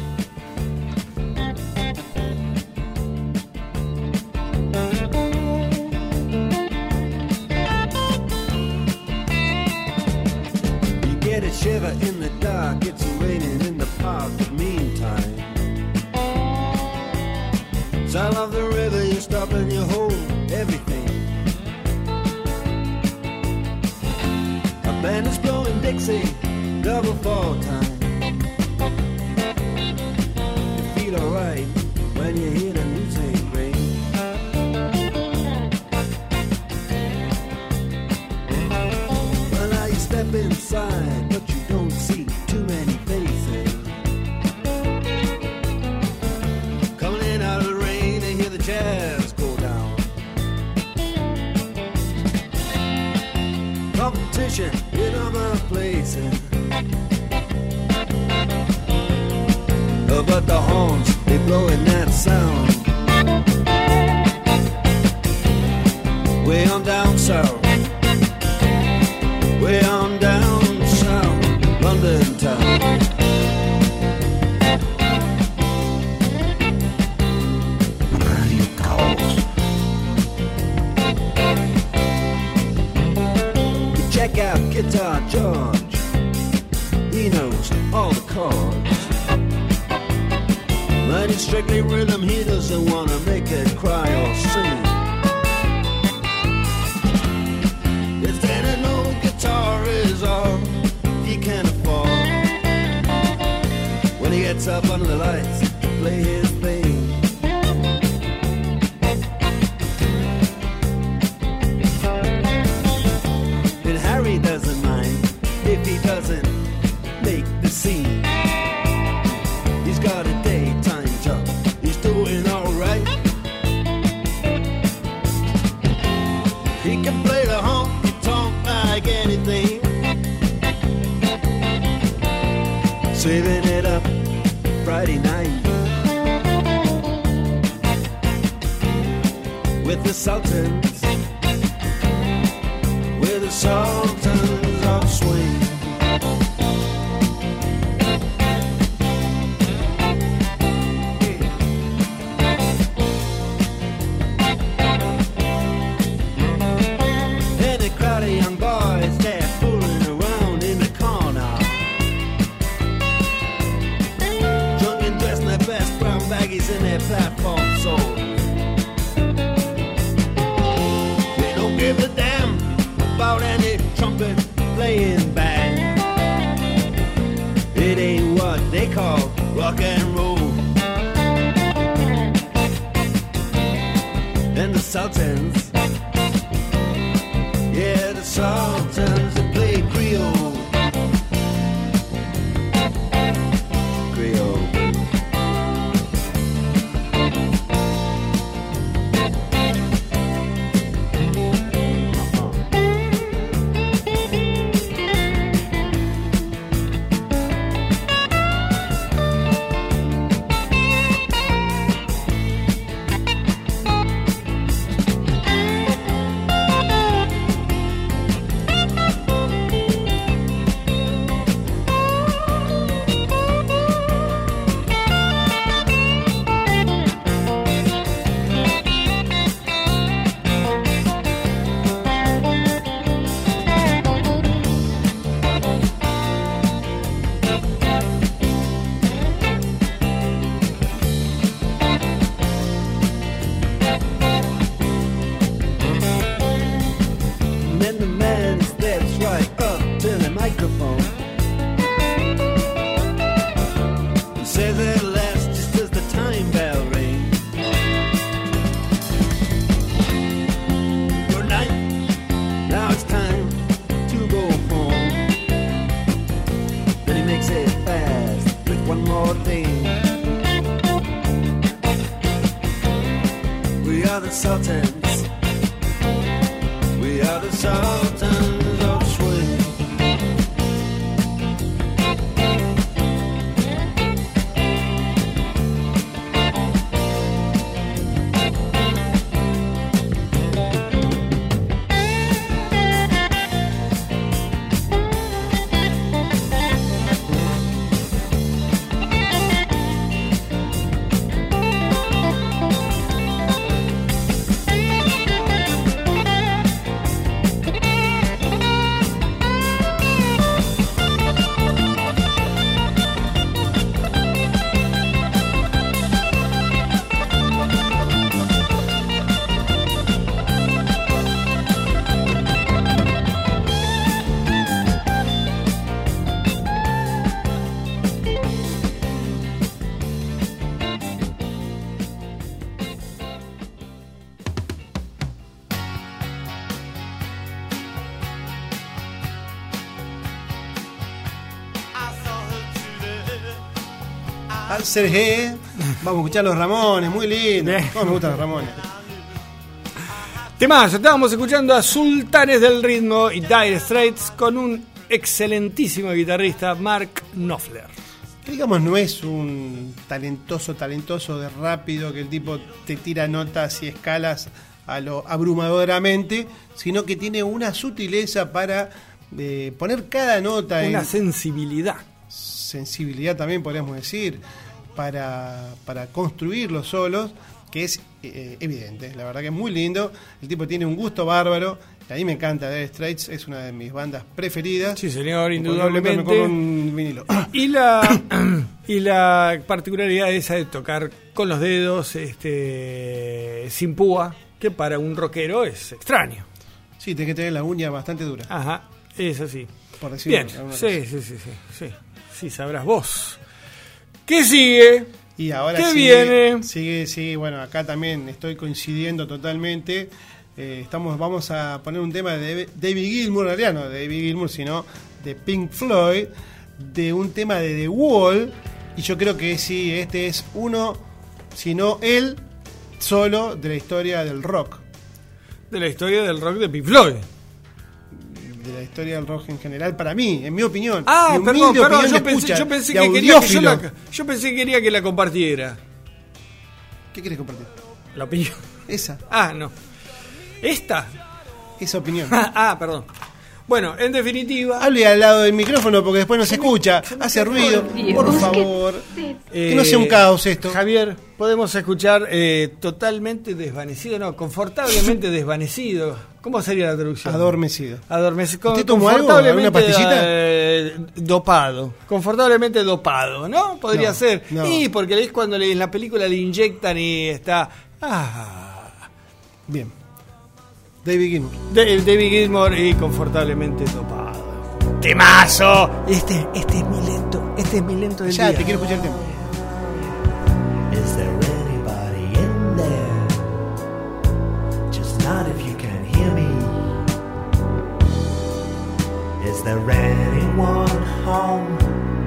You get a shiver in the dark, it's raining in the park, but meantime sound of the river, you stop and you hold everything. Band is blowing Dixie, double fall time. You feel alright when you hear the music ring. Well, now you step inside, but you don't see too many faces. Coming in out of the rain, they hear the jazz go down. Competition in other places, oh, but the horns, they blowing that sound way on down south, way on down south, London town. Radio Caos. Check out Guitar George, he knows all the chords. But it's strictly rhythm, he doesn't want to make it cry or sing. If then an old guitar is all he can afford, when he gets up under the lights to play his thing. Harry doesn't mind if he doesn't make the scene. He's got a daytime job, he's doing alright. He can play the honky-tonk like anything, saving it up Friday night with the Sultans, with the Sultans of Swing. And a crowd of young boys, they're fooling around in the corner, drunk and dressed in their best brown baggies in their platform soles. They don't give a damn about any trumpet playing band. It ain't what they call rock and roll. And the Sultans, yeah, the Sultans, they play Creole. Creole. ordained. We are the sultans. We are the sultans of swing. Sergé. Vamos a escuchar los Ramones, muy lindo. ¿Cómo me gustan los Ramones? Temazo, estábamos escuchando a Sultanes del Ritmo y Dire Straits con un excelentísimo guitarrista, Mark Knopfler. Que digamos, no es un talentoso, talentoso de rápido, que el tipo te tira notas y escalas a lo abrumadoramente, sino que tiene una sutileza para eh, poner cada nota una en... Una sensibilidad. Sensibilidad también podríamos decir. Para, para construir los solos, que es eh, evidente, la verdad que es muy lindo. El tipo tiene un gusto bárbaro, y a mí me encanta. Dire Straits es una de mis bandas preferidas. Sí, señor, indudablemente. Me compro un vinilo. Y la y la particularidad esa de tocar con los dedos, este, sin púa, que para un rockero es extraño. Sí, tiene que tener la uña bastante dura. Ajá, es así. Por decirlo. Bien, sí, sí, sí, sí, sí, sí, sabrás vos. ¿Qué sigue? Y ahora ¿Qué sigue, viene? Sigue, sí, bueno, acá también estoy coincidiendo totalmente. Eh, estamos, vamos a poner un tema de David Gilmour, en realidad no de David Gilmour, sino de Pink Floyd, de un tema de The Wall. Y yo creo que sí, este es uno, si no el solo de la historia del rock. De la historia del rock de Pink Floyd. De la historia del rock en general, para mí, en mi opinión. Ah, mi perdón, perdón, opinión yo pensé, escucha, yo pensé de que quería que yo audiófilo. la, yo pensé que quería que la compartiera. ¿Qué quieres compartir? La opinión. Esa. Ah, no. ¿Esta? Esa opinión. Ah, perdón. Bueno, en definitiva... Hable al lado del micrófono porque después no se escucha, hace ruido. Por favor. Eh, Que no sea un caos esto. Javier, podemos escuchar eh, totalmente desvanecido, no, confortablemente desvanecido. ¿Cómo sería la traducción? Adormecido. Adormecido. ¿Usted tomó algo? ¿Alguna pastillita? Eh, dopado. Confortablemente dopado, ¿no? Podría No, ser. no. Y porque es cuando le, en la película le inyectan y está... Ah. Bien. David Gilmour. De, David Gilmour y confortablemente dopado. ¡Temazo! Este, este es mi lento. Este es mi lento del Ya, día. te quiero escuchar el tema. Is there anybody in there? Just not if you can hear me. Is there anyone home?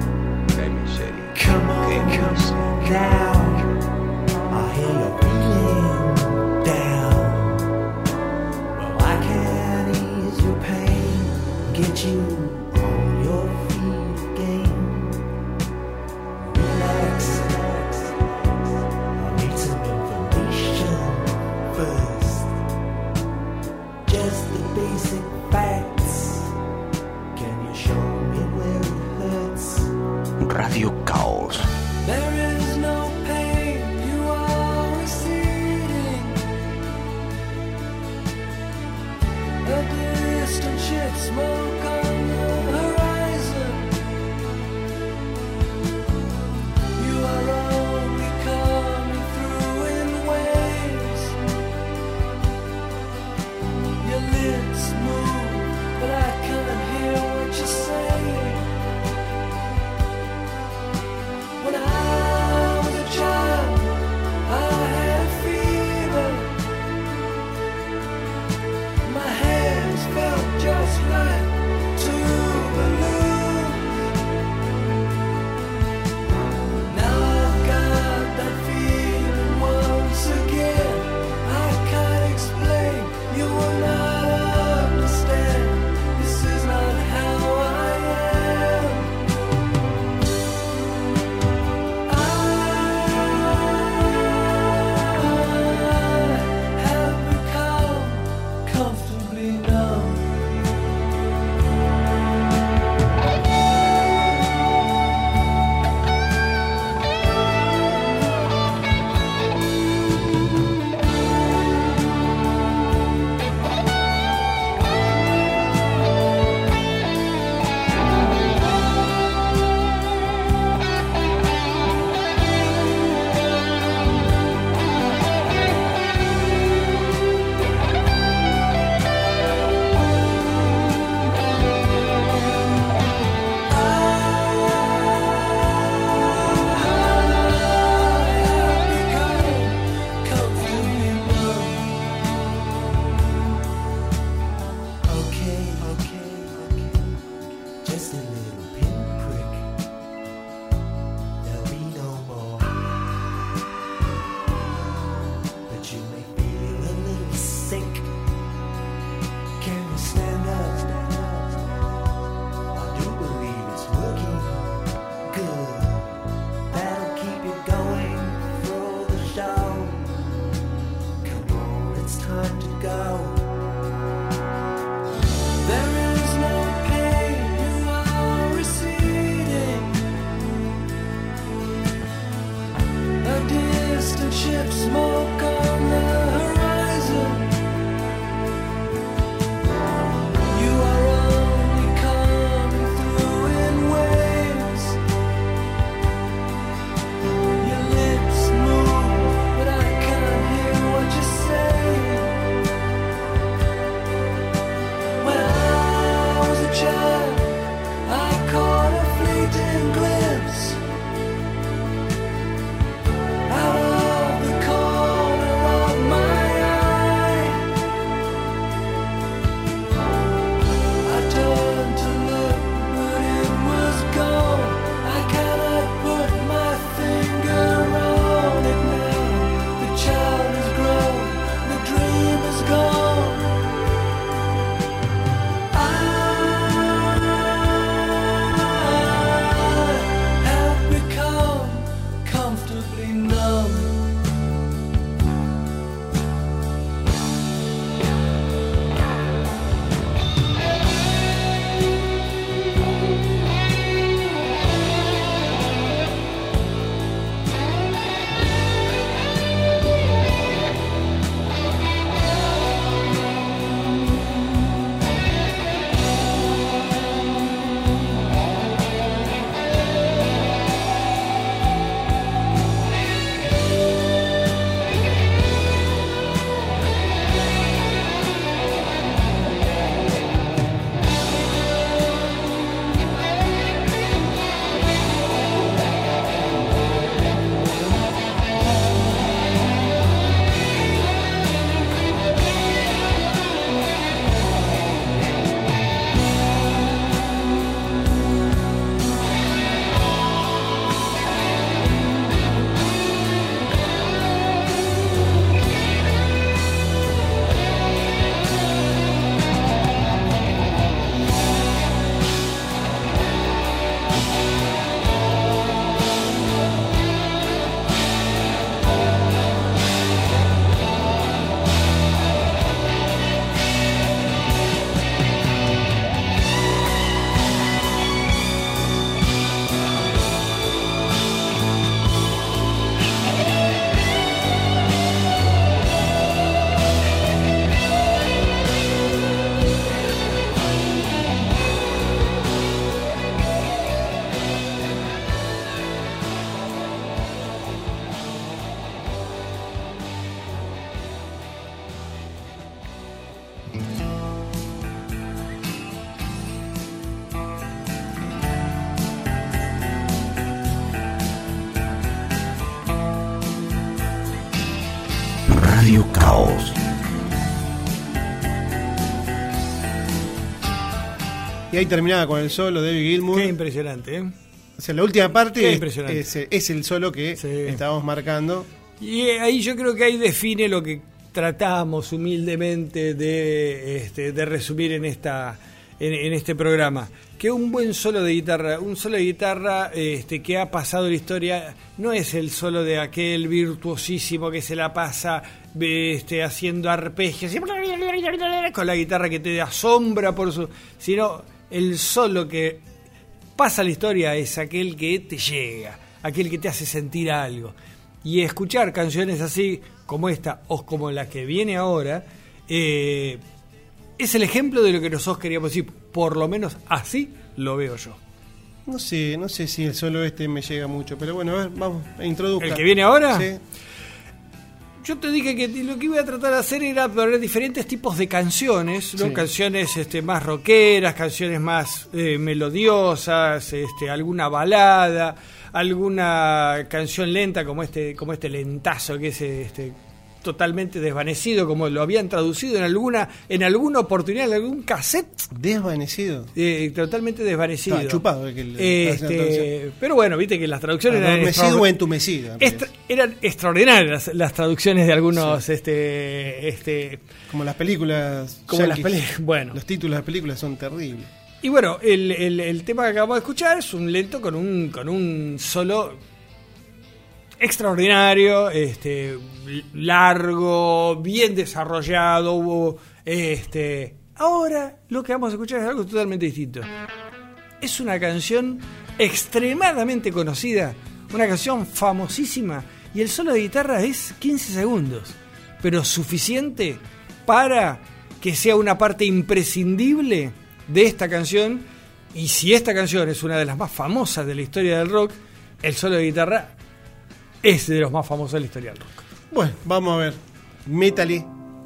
Come on, come down. I hear you're feeling down. Well, I can ease your pain, get you on your feet again. Relax, relax. I need some information first. Just the basic facts. Can you show me where it hurts? Radio Caos. There is no pain, you are receding. A distant ship, smoke on the horizon. You are only coming through in waves. Your lips move, but I can't hear what you're saying. When I was a child, I had a fever. My hands felt just like Radio Caos. Y ahí terminaba con el solo de David Gilmour. Qué impresionante, ¿eh? O sea, la última parte Qué es, impresionante. es, es el solo que Sí. estábamos marcando. Y ahí yo creo que ahí define lo que tratamos humildemente de, este, de resumir en esta en, en este programa. Que un buen solo de guitarra, un solo de guitarra este, que ha pasado la historia, no es el solo de aquel virtuosísimo que se la pasa este, haciendo arpegios con la guitarra que te asombra por su, sino el solo que pasa la historia es aquel que te llega, aquel que te hace sentir algo. Y escuchar canciones así como esta o como la que viene ahora eh, es el ejemplo de lo que nosotros queríamos decir. Por lo menos así lo veo yo. No sé, no sé si el solo este me llega mucho, pero bueno, a ver, vamos, introduzca. ¿El que viene ahora? Sí. Yo te dije que lo que iba a tratar de hacer era poner diferentes tipos de canciones, ¿no? Sí. Canciones este, más rockeras, canciones más eh, melodiosas, este, alguna balada, alguna canción lenta como este, como este lentazo que es este, totalmente desvanecido, como lo habían traducido en alguna, en alguna oportunidad, en algún cassette. Desvanecido. Eh, totalmente desvanecido. Estaba chupado el que le- Este, pero bueno, viste que las traducciones eran, Adormecido extra- o entumecido. extra- eran extraordinarias las, las traducciones de algunos Sí. este este Como las películas. como las yanquis. películas. Bueno, Los títulos de las películas son terribles. y bueno, el, el, el tema que acabamos de escuchar es un lento con un con un solo extraordinario, este largo, bien desarrollado, hubo este ahora lo que vamos a escuchar es algo totalmente distinto. Es una canción extremadamente conocida, una canción famosísima, y el solo de guitarra es quince segundos, pero suficiente para que sea una parte imprescindible de esta canción. Y si esta canción es una de las más famosas de la historia del rock, el solo de guitarra es de los más famosos de la historia del rock. Bueno, vamos a ver. Métale.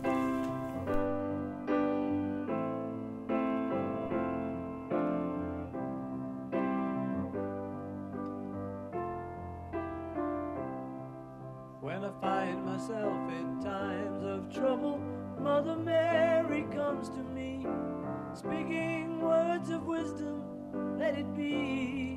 When I find myself in times of trouble, Mother Mary comes to me, speaking words of wisdom, let it be.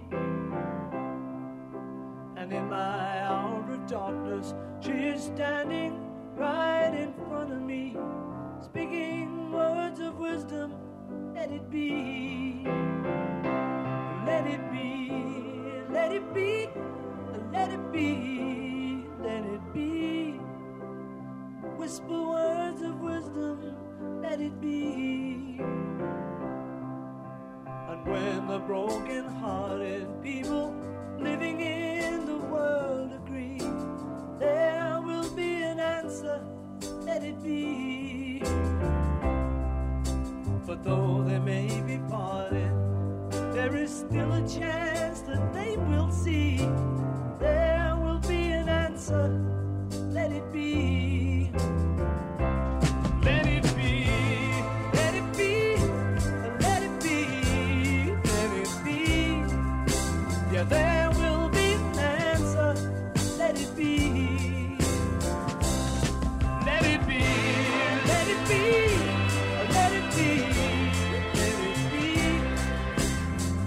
And in my hour of darkness, she is standing right in front of me, speaking words of wisdom, let it be. Let it be, let it be, let it be, let it be. Whisper words of wisdom, let it be. And when the broken-hearted people living in the world agree, there will be an answer, let it be. But though they may be parted, there is still a chance that they will see. There will be an answer, let it be. Let it be, let it be, let it be, let it be. Yeah, there will be an answer, let it be. Let it be, let it be, let it be, let it be.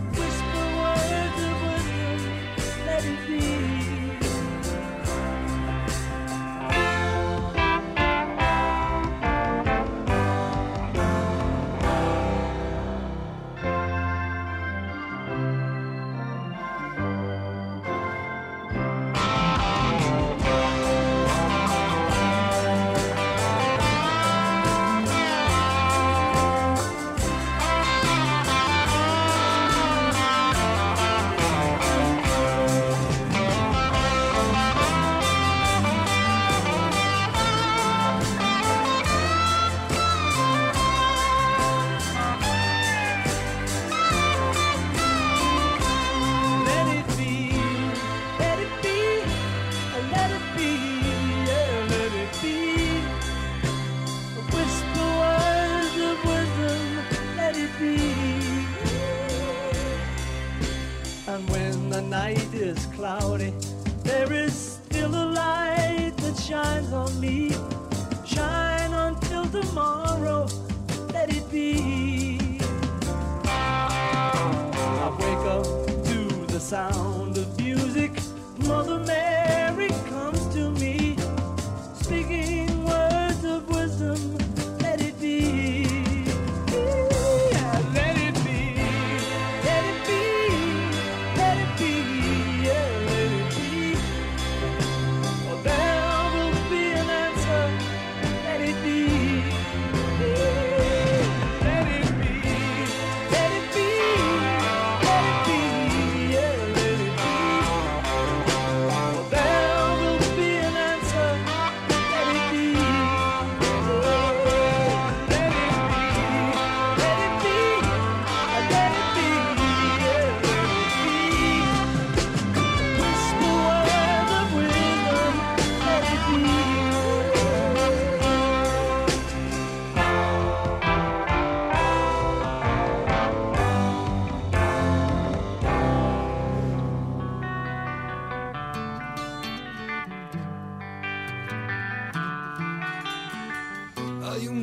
Whisper words of wisdom, let it be.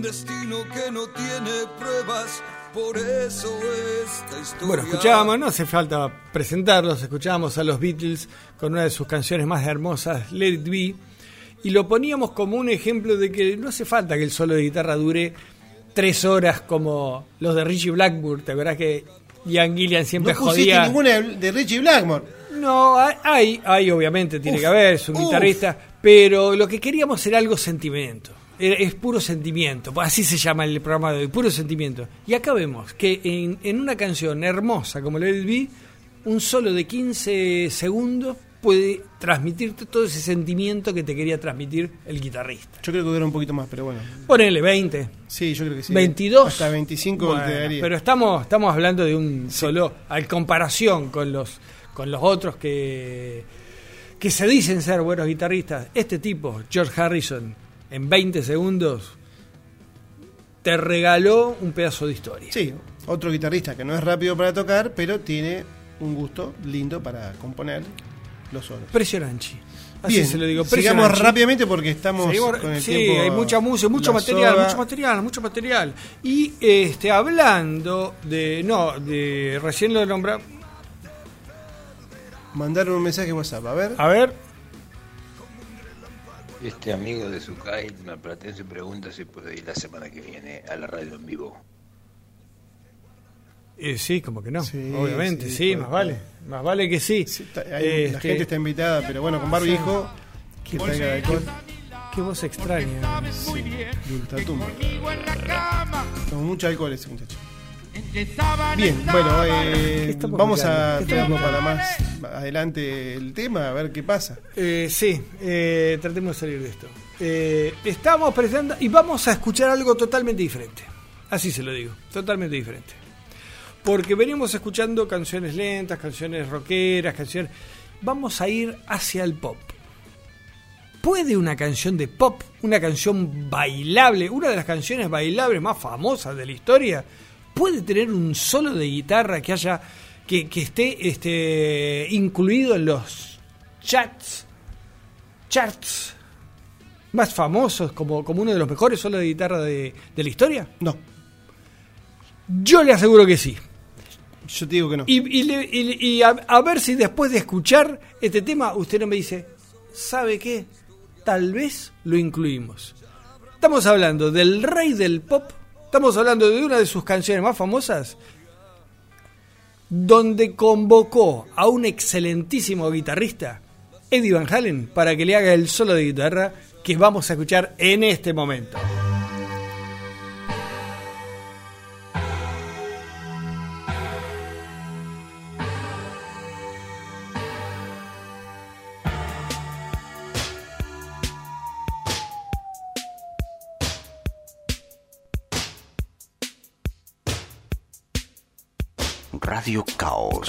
destino que no tiene pruebas, por eso esta historia. Bueno, escuchábamos, no hace falta presentarlos, escuchábamos a los Beatles con una de sus canciones más hermosas, Let It Be, y lo poníamos como un ejemplo de que no hace falta que el solo de guitarra dure tres horas como los de Ritchie Blackmore. ¿Te acordás que Ian Gillan siempre no pusiste jodía? Ninguna de Ritchie Blackmore. No, hay, hay obviamente, tiene uf, que haber, es un uf. guitarrista, pero lo que queríamos era algo sentimiento. Es puro sentimiento, así se llama el programa de hoy, puro sentimiento. Y acá vemos que en, en una canción hermosa como Let It Be, un solo de quince segundos puede transmitirte todo ese sentimiento que te quería transmitir el guitarrista. Yo creo que dura un poquito más, pero bueno. Ponele veinte. Sí, yo creo que sí. veintidós. Hasta veinticinco bueno, te daría. Pero estamos, estamos hablando de un sí. solo, en comparación con los, con los otros que, que se dicen ser buenos guitarristas. Este tipo, George Harrison, en veinte segundos te regaló un pedazo de historia. Sí, otro guitarrista que no es rápido para tocar, pero tiene un gusto lindo para componer los solos. Impresionante. Así Bien, se lo digo. Sigamos rápidamente porque estamos Seguimos, con el sí, tiempo. Hay mucha música, mucho material, soga. mucho material, mucho material. Y este hablando de no, de recién lo nombramos. Mandaron un mensaje WhatsApp, a ver. A ver. Este amigo de Sukai Malplatense pregunta si puede ir la semana que viene a la radio en vivo. Eh, sí, como que no, sí, obviamente, sí, sí más puede. vale, más vale que sí. sí está, hay, este, la gente está invitada, pero bueno, con barbijo, que traiga alcohol. Qué voz extraña. Sí, Dultatumba. Con mucho alcohol ese muchacho. Bien, bueno, eh, vamos a traernos para más adelante el tema, a ver qué pasa. Eh, sí, eh, tratemos de salir de esto. Eh, estamos presentando y vamos a escuchar algo totalmente diferente. Así se lo digo, totalmente diferente. Porque venimos escuchando canciones lentas, canciones rockeras, canciones... Vamos a ir hacia el pop. ¿Puede una canción de pop, una canción bailable, una de las canciones bailables más famosas de la historia, puede tener un solo de guitarra que haya que, que esté este, incluido en los chats, charts más famosos como, como uno de los mejores solos de guitarra de, de la historia? No. Yo le aseguro que sí. Yo te digo que no. Y, y, le, y, y a, a ver si después de escuchar este tema usted no me dice, ¿sabe qué? Tal vez lo incluimos. Estamos hablando del rey del pop. Estamos hablando de una de sus canciones más famosas, donde convocó a un excelentísimo guitarrista, Eddie Van Halen, para que le haga el solo de guitarra que vamos a escuchar en este momento. Radio Caos.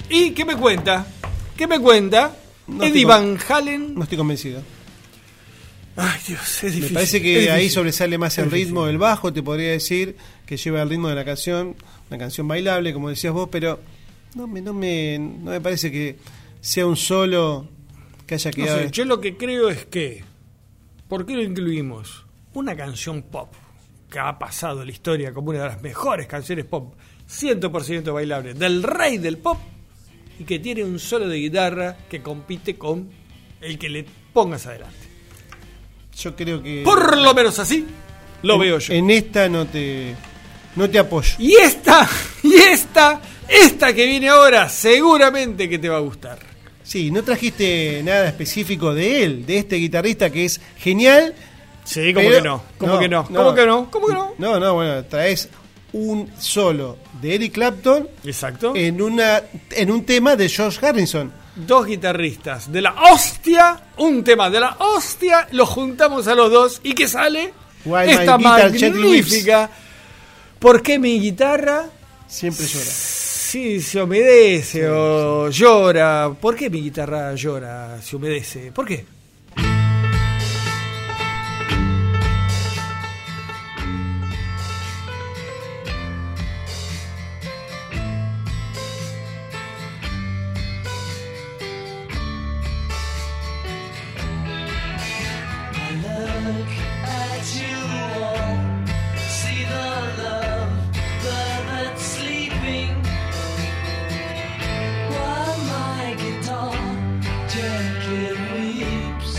¿Y qué me cuenta? ¿Qué me cuenta? No Eddie estoy Van Halen. No estoy convencido. Ay, Dios, es difícil. Me parece que es ahí difícil. sobresale más el Es ritmo difícil. del bajo, te podría decir, que lleva el ritmo de la canción, una canción bailable, como decías vos, pero no me, no me, no me parece que sea un solo que haya No quedado. sé, yo lo que creo es que, ¿por qué lo incluimos? Una canción pop que ha pasado en la historia como una de las mejores canciones pop, cien por ciento bailable, del rey del pop, y que tiene un solo de guitarra que compite con el que le pongas adelante. Yo creo que Por lo menos así lo en, veo yo. En esta no te no te apoyo. Y esta, y esta, esta que viene ahora, seguramente que te va a gustar. Sí, no trajiste nada específico de él, de este guitarrista que es genial. Sí, como pero- que no, como que no, como que no, como que no. No, no, bueno, traes un solo de Eric Clapton Exacto. en una en un tema de George Harrison. Dos guitarristas de la hostia, un tema de la hostia, lo juntamos a los dos y que sale While esta my guitar gently magnífica. ¿Por qué mi guitarra Siempre llora. sí se humedece o llora? ¿Por qué mi guitarra llora, se humedece? ¿Por qué? Look at you all, see the love that's sleeping, while my guitar gently weeps.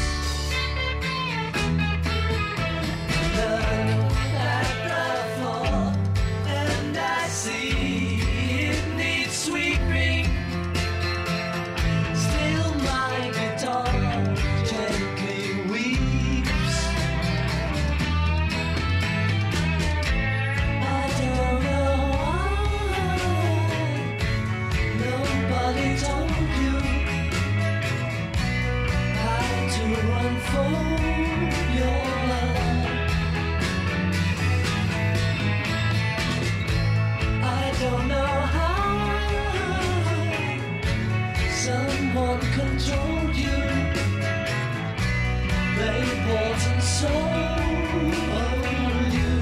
Look at the floor, and I see it needs sweeping. Still my guitar gently weeps. I don't know why nobody told you how to unfold your love. I don't know how someone controlled you. They bought and sold you.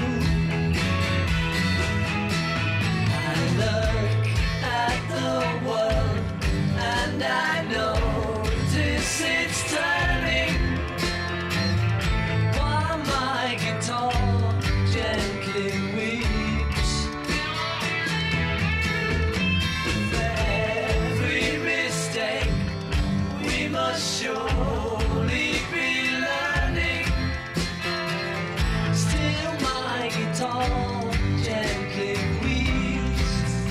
I look at the world and I notice it's turning, while my guitar gently weeps. Every mistake we must surely be learning. Still my guitar gently weeps.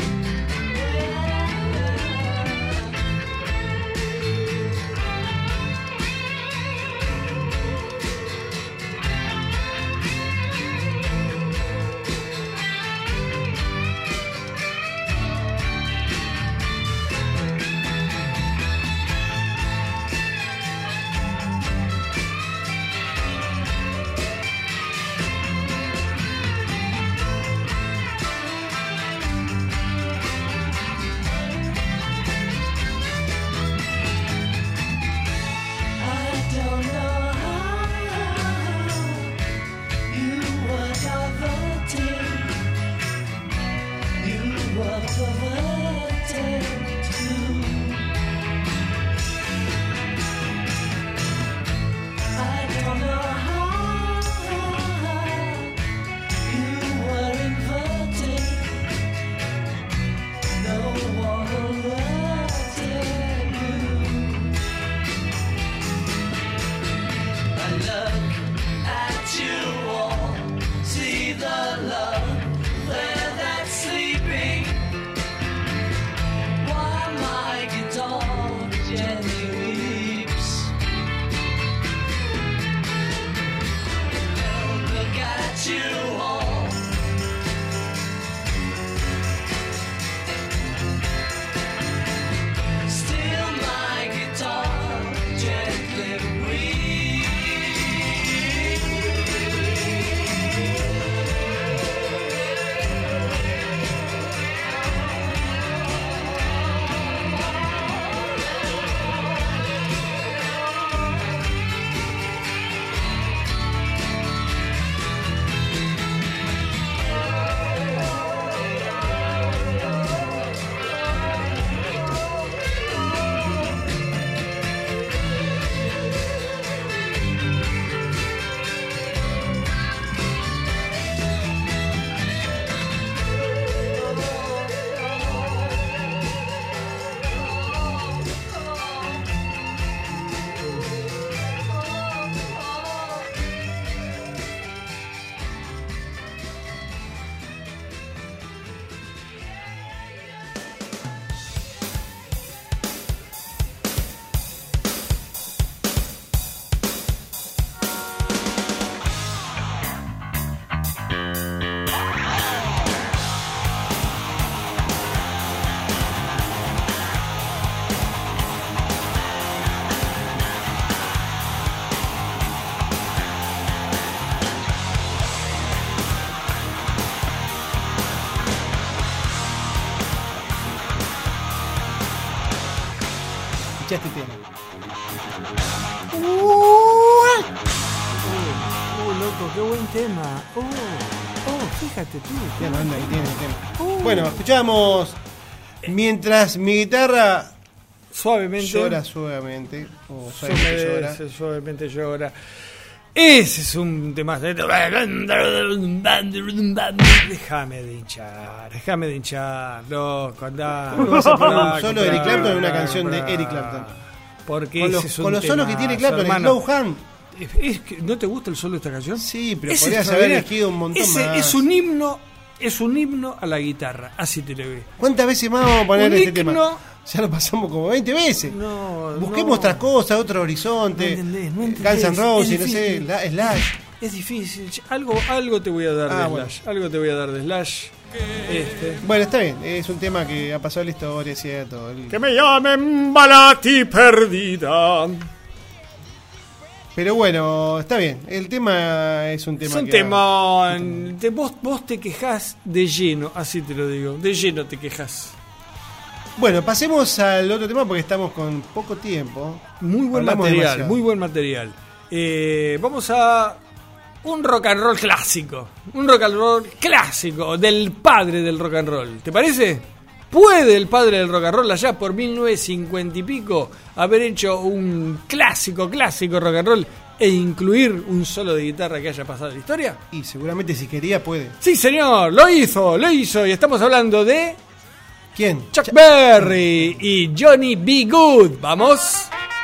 I don't know how you were diverted, you were perverted too. I don't know how you were inverted. No one alerted you. I look at you all, see the love there that's sleeping, while my guitar gently weeps. Look at you all. Still my guitar gently weeps. Escuchá este tema. Uh, uh, loco, qué buen tema. Oh, oh, fíjate tú. Ya no anda, ahí tiene el tema. Uh. Bueno, escuchamos Mientras mi guitarra suavemente llora suavemente. O suavemente llora. Suavemente llora. Ese es un tema. Déjame de hinchar, déjame de hinchar, loco, andá. ¿Cómo vas a poner un solo de Eric Clapton en una canción de Eric Clapton? Porque con los, ese es un con los solos que tiene Clapton, el Slow Hand. Es, es que, ¿no te gusta el solo de esta canción? Sí, pero ese podrías haber elegido un montón ese más. Es un himno, es un himno a la guitarra, así te lo veo. ¿Cuántas veces más vamos a poner un este himno, tema? Ya lo pasamos como veinte veces. No, Busquemos no. otras cosas, otro horizonte. No entendés, no entendés. Guns N' Roses, Es no sé, la, Slash. Es difícil. Algo, algo te voy a dar Ah, de bueno. Slash. Algo te voy a dar de Slash. Este. Bueno, está bien. Es un tema que ha pasado en la historia, es cierto. El... Que me llamen Balati perdida. Pero bueno, está bien. El tema es un tema. Es un que tema. ha... Te, vos, vos te quejás de lleno, así te lo digo. De lleno te quejás. Bueno, pasemos al otro tema porque estamos con poco tiempo. Muy buen Hablamos material, demasiado. muy buen material. Eh, vamos a un rock and roll clásico. Un rock and roll clásico del padre del rock and roll. ¿Te parece? ¿Puede el padre del rock and roll allá por mil novecientos cincuenta y pico haber hecho un clásico, clásico rock and roll e incluir un solo de guitarra que haya pasado en la historia? Y seguramente si quería puede. Sí, señor, lo hizo, lo hizo. Y estamos hablando de... ¿Quién? Chuck Berry y Johnny B. Good. Vamos.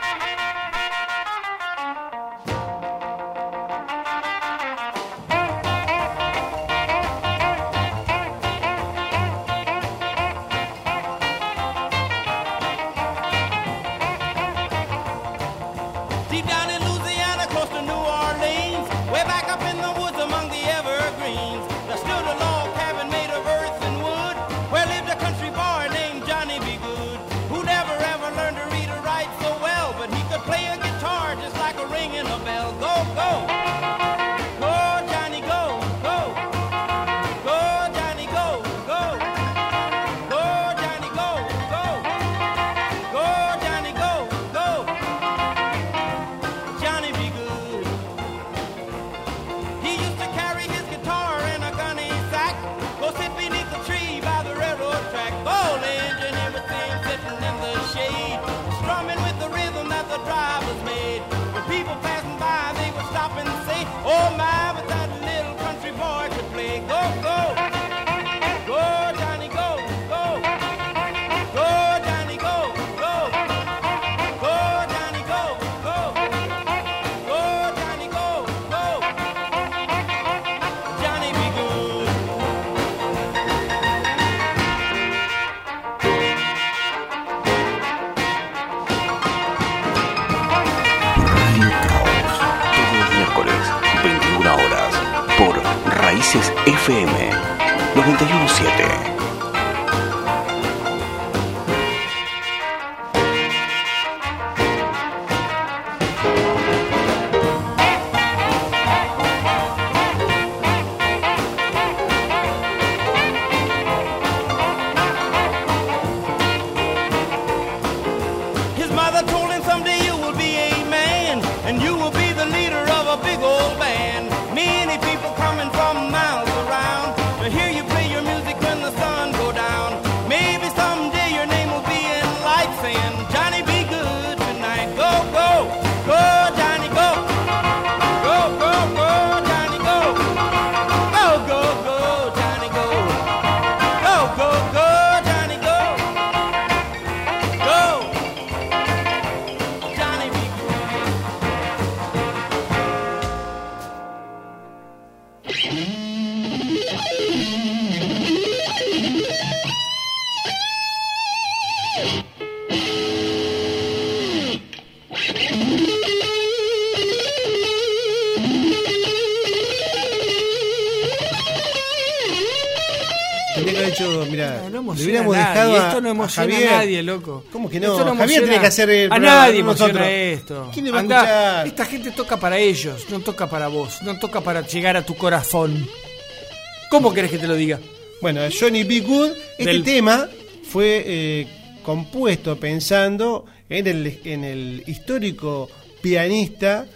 Deep down in Louisiana, close to New Orleans, way back up in the woods among the evergreens, there stood a log cabin made of earth and wood, where lived a country boy named Johnny B. Good, who never ever learned to read or write so well, but he could play a guitar just like a ringing a bell. Go, go! Go, Johnny, go, go! Go, Johnny, go, go! Go, Johnny, go, go! Go, Johnny, go, go! Johnny B. Good. He used to carry his guitar in a gunny sack, go sit beneath the tree by the railroad track. Old engine, he would see him sitting in the shade, strumming with the rhythm that the drivers made. When people passing by, they would stop and say, oh my, but that little country boy could play. Go, go! Go, Johnny, go, go! Go, Johnny, go, go! Go, Johnny, go, go! Go, Johnny, go, go! Johnny B. Good. Radio Caos, todos los miércoles, veintiuna horas, por Raíces F M noventa y uno punto siete. His mother told him someday you will be a man, and you will be the leader of a big old band. Many people coming from miles around to hear you play your music when the sun go down. Maybe someday your name will be in lights saying, Johnny, be good tonight. Go, go, go, Johnny, go. Go, go, go, Johnny, go. Go, go, go, Johnny, go. Go, go, go, Johnny, go. Go. Johnny B. Tendría que haber hecho, mira, No, no le emociona hubiéramos a nadie. dejado a, Esto no a emociona a, Javier. nadie, loco. ¿Cómo que no? Esto no Javier emociona tiene que hacer el a programa nadie con nosotros. emociona esto. ¿Quién le va a Andá, escuchar? esta gente toca para ellos, no toca para vos, no toca para llegar a tu corazón. ¿Cómo querés que te lo diga? Bueno, Johnny B. Good, este Del- tema fue eh, compuesto pensando en el, en el histórico pianista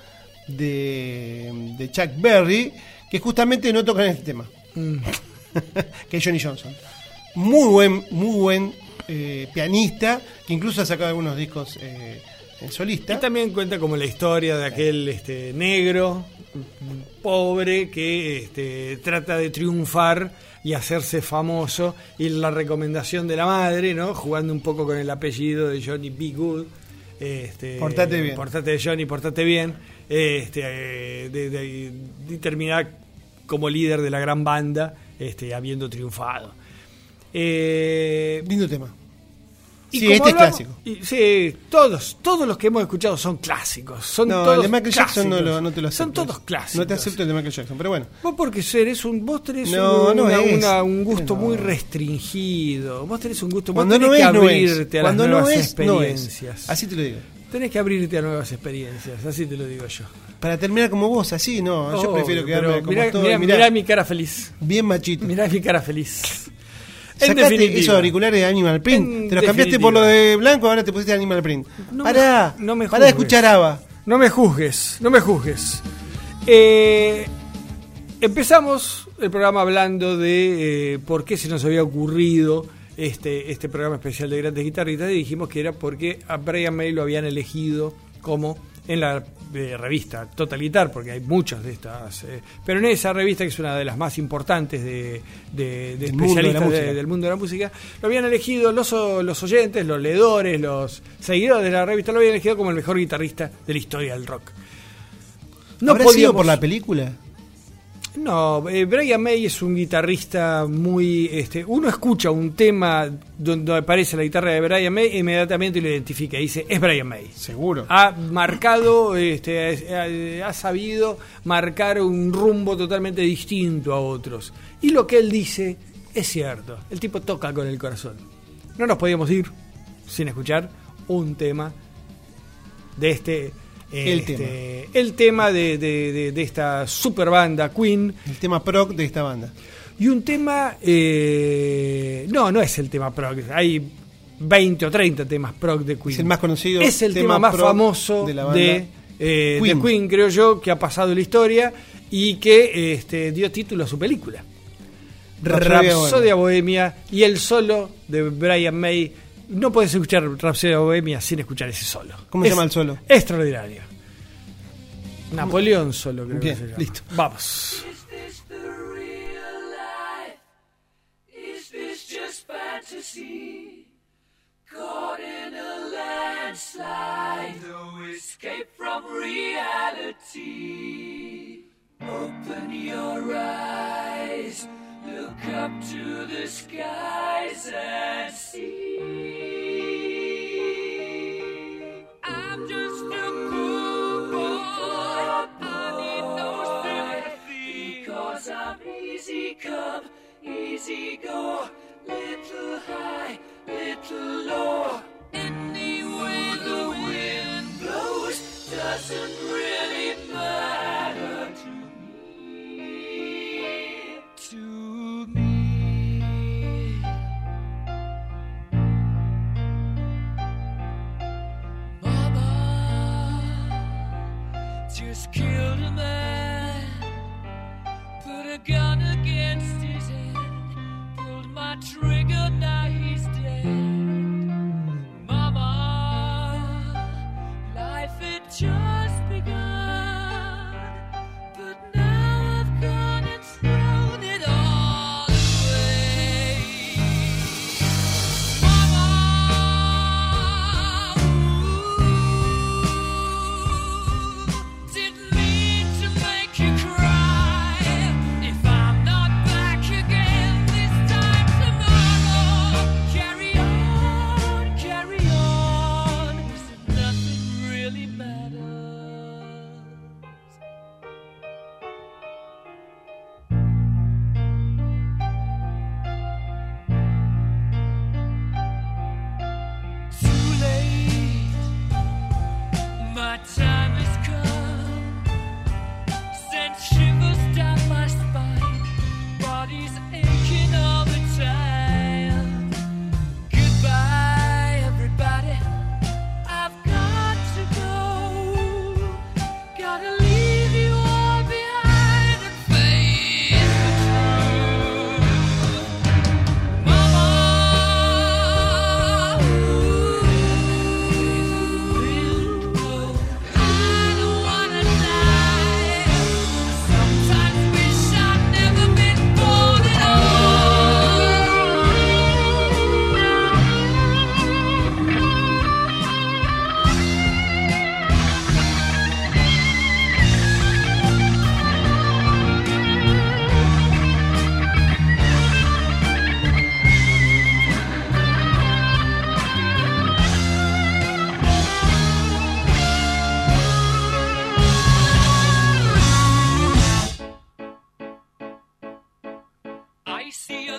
de, de Chuck Berry, que justamente no tocan este tema, mm. que es Johnny Johnson. Muy buen, muy buen eh, pianista, que incluso ha sacado algunos discos eh, en solista. Y también cuenta como la historia de aquel este, negro, pobre, que este, trata de triunfar y hacerse famoso, y la recomendación de la madre, ¿no? Jugando un poco con el apellido de Johnny B. Good. Este, portate bien. Portate Johnny, portate bien. Este, de, de, de terminar como líder de la gran banda, este, habiendo triunfado. Eh, Lindo tema. Y sí, este hablamos, es clásico. Y, sí, todos, todos los que hemos escuchado son clásicos. Son no, todos el de Michael clásicos. Jackson no, lo, no te lo acepto. Son todos clásicos. No te acepto el de Michael Jackson, pero bueno. Vos porque eres un, vos tenés no, un, no una, es. una, un gusto no. muy restringido. Vos tenés un gusto, Cuando vos tenés no que es, abrirte no a las Cuando nuevas no es, experiencias. No es. Así te lo digo. Tenés que abrirte a nuevas experiencias, así te lo digo yo. Para terminar como vos, así, no. Yo oh, prefiero quedarme como mirá, todo. Mirá, Mirá, mirá mi cara feliz. Bien machito. Mirá mi cara feliz. Sacaste esos auriculares de Animal Print. En te los cambiaste definitiva. por lo de blanco, ahora te pusiste Animal Print. No pará, me, no me pará de escuchar ABBA. No me juzgues, no me juzgues. Eh, empezamos el programa hablando de eh, por qué se nos había ocurrido este, este programa especial de grandes guitarristas, y dijimos que era porque a Brian May lo habían elegido como en la eh, revista Total Guitar, porque hay muchas de estas, eh, pero en esa revista, que es una de las más importantes de, de, de especialistas mundo de de, del mundo de la música, lo habían elegido los, los oyentes, los leedores, los seguidores de la revista, lo habían elegido como el mejor guitarrista de la historia del rock. No ¿Habrá podíamos... sido por la película? No, eh, Brian May es un guitarrista muy... Este, uno escucha un tema donde aparece la guitarra de Brian May e inmediatamente lo identifica y dice, es Brian May. Seguro. Ha marcado, este, ha, ha sabido marcar un rumbo totalmente distinto a otros. Y lo que él dice es cierto. El tipo toca con el corazón. No nos podíamos ir sin escuchar un tema de este... El este, tema. El tema de, de, de, de esta super banda Queen. El tema prog de esta banda. Y un tema... Eh, no, no es el tema prog. Hay veinte o treinta temas prog de Queen. Es el más conocido. Es el tema, tema más famoso de, la banda de, eh, Queen. de Queen, creo yo, que ha pasado la historia y que este, dio título a su película. Rhapsodia Bohemia. Y el solo de Brian May. No puedes escuchar Rhapsodia Bohemia sin escuchar ese solo. ¿Cómo se llama el solo? Extraordinario. Napoleón solo, creo Bien, que se llama. Listo. Vamos. Caught in a landslide, no escape from reality. Open your eyes, look up to the skies and see. I'm just a poor boy, I need no sympathy, because I'm easy come, easy go, little high, little low. Anyway the wind blows doesn't really matter to me, to me. Mama just killed a man, put a gun against his head, pulled my trigger, now he's dead. Mama, life had just begun, but now I've gone and thrown it all away. Mama, ooh, didn't mean to make you cry. If I'm not back again this time tomorrow,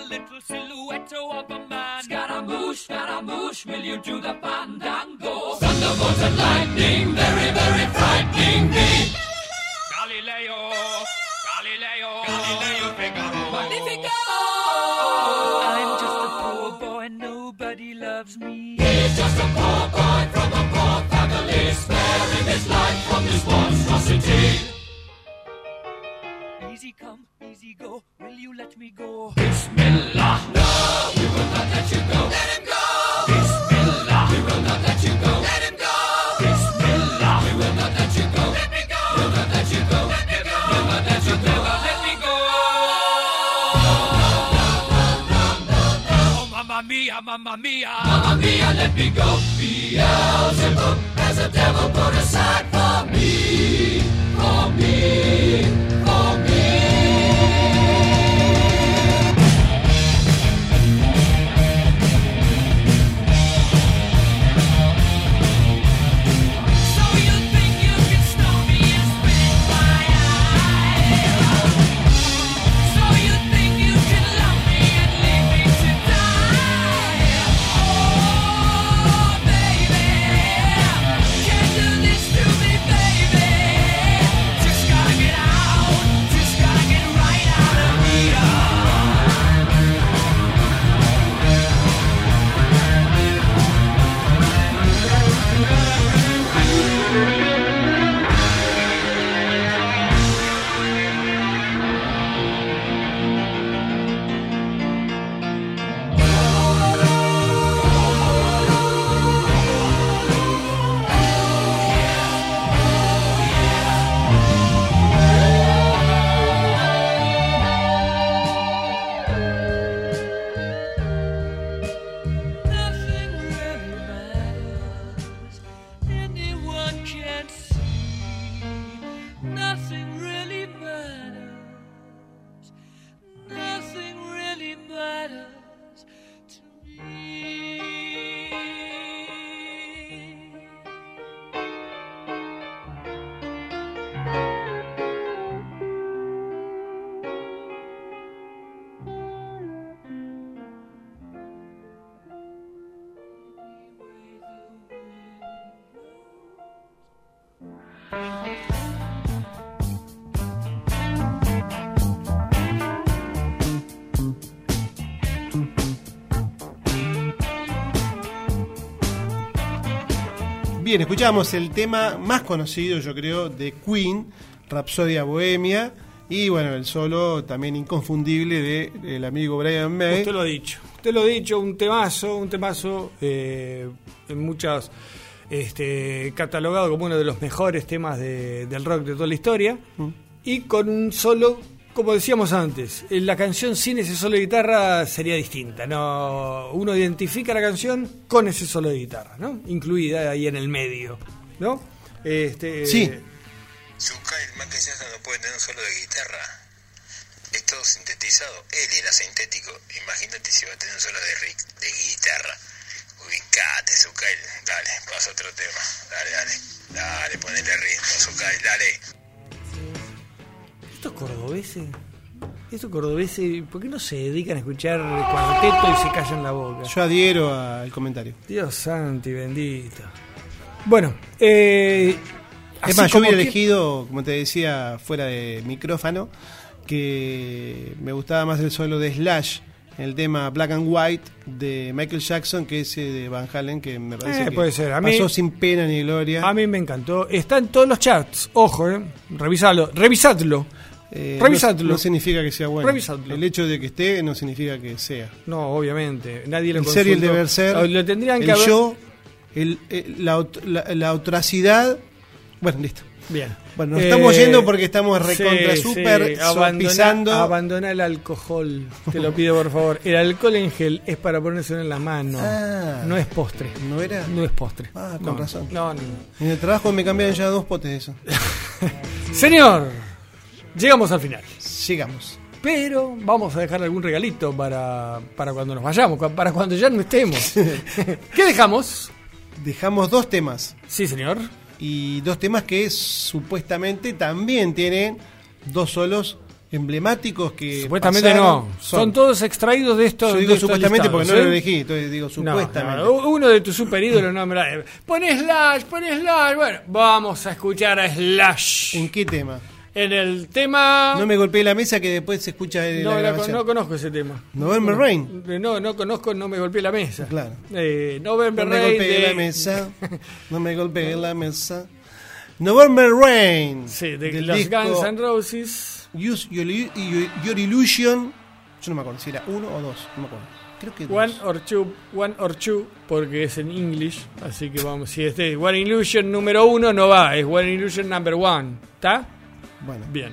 little silhouette of a man. Scaramouche, Scaramouche, will you do the fandango? Thunderbolt and lightning, very, very frightening me. Galileo, Galileo, Galileo Figaro. Magnifico! I'm just a poor boy, nobody loves me. He's just a poor boy from a poor family, sparing his life from this monstrosity. Easy come, easy go, will you let me go? Bismillah, no, we will not let you go. Let him go! Bismillah, we will not let you go. Let him go! Bismillah, we will not let you go. Let me go! We'll not let you go. Let me go! We'll not let you go. Let me go! Oh, mamma mia, mamma mia, mamma mia, let me go. Beelzebub has a devil put aside for me, for me, for me. Bien, escuchamos el tema más conocido, yo creo, de Queen, Rapsodia Bohemia, y bueno, el solo también inconfundible de el amigo Brian May. Usted lo ha dicho, usted lo ha dicho, un temazo, un temazo eh, en muchas, este, catalogado como uno de los mejores temas de, del rock de toda la historia, mm. y con un solo, como decíamos antes, la canción sin ese solo de guitarra sería distinta, no, uno identifica la canción con ese solo de guitarra, ¿no? Incluida ahí en el medio, ¿no? Este, sí. Zucca, el Michael Jackson no puede tener un solo de guitarra. Es todo sintetizado. Él era sintético. Imagínate si va a tener un solo de, de guitarra. Ubicate, Zucca. Dale, pasa otro tema. Dale, dale. Dale, ponele ritmo, Zucca. Dale. Estos cordobeses, estos cordobeses, ¿por qué no se dedican a escuchar cuarteto y se callan la boca? Yo adhiero al comentario. Dios santo y bendito. Bueno, eh, es más, yo hubiera que... elegido, como te decía, fuera de micrófono, que me gustaba más el solo de Slash en el tema Black and White de Michael Jackson que ese de Van Halen, que me parece eh, que puede ser. A pasó mí, sin pena ni gloria. A mí me encantó. Está en todos los charts, ojo, eh. revisalo, revisadlo. Eh, revisadlo. No, no significa que sea bueno. Revisadlo. El hecho de que esté no significa que sea. No, obviamente. Nadie lo el consultó. ser y el deber ser. Lo tendrían el que haber... yo, el, el, la, la, la autracidad. Bueno, listo. Bien. Bueno, nos eh, estamos yendo porque estamos recontra sí, super sí. pisando. Abandona el alcohol, te lo pido por favor. El alcohol en gel es para ponerse en la mano. Ah, no es postre. ¿No era? No es postre. Ah, con no, razón. No, no. En el trabajo me cambiaron ya dos potes de eso. Señor, llegamos al final. Llegamos. Pero vamos a dejar algún regalito para, para cuando nos vayamos, para cuando ya no estemos. ¿Qué dejamos? Dejamos dos temas. Sí, señor. Y dos temas que supuestamente también tienen dos solos emblemáticos que supuestamente pasaron, no, son, son todos extraídos de estos. Yo digo de estos supuestamente listados, porque no ¿eh? lo elegí, entonces digo supuestamente. No, no, uno de tus super ídolos nombra. Pon Slash, pon Slash. Bueno, vamos a escuchar a Slash. ¿En qué tema? En el tema. No me golpeé la mesa que después se escucha en no, la la, grabación. no conozco ese tema. November no, Rain. No, no conozco, no me golpeé la mesa. Claro. Eh, November no me Rain. golpeé de... la mesa. No me golpeé la mesa. November Rain. Sí, de los Guns N' Roses. Use your, your Illusion. Yo no me acuerdo si era uno o dos. No me acuerdo. Creo que One dos. or two, one or two, porque es en English. Así que vamos, si este One Illusion número uno no va, es One Illusion number one. ¿Está? Bueno. Bien.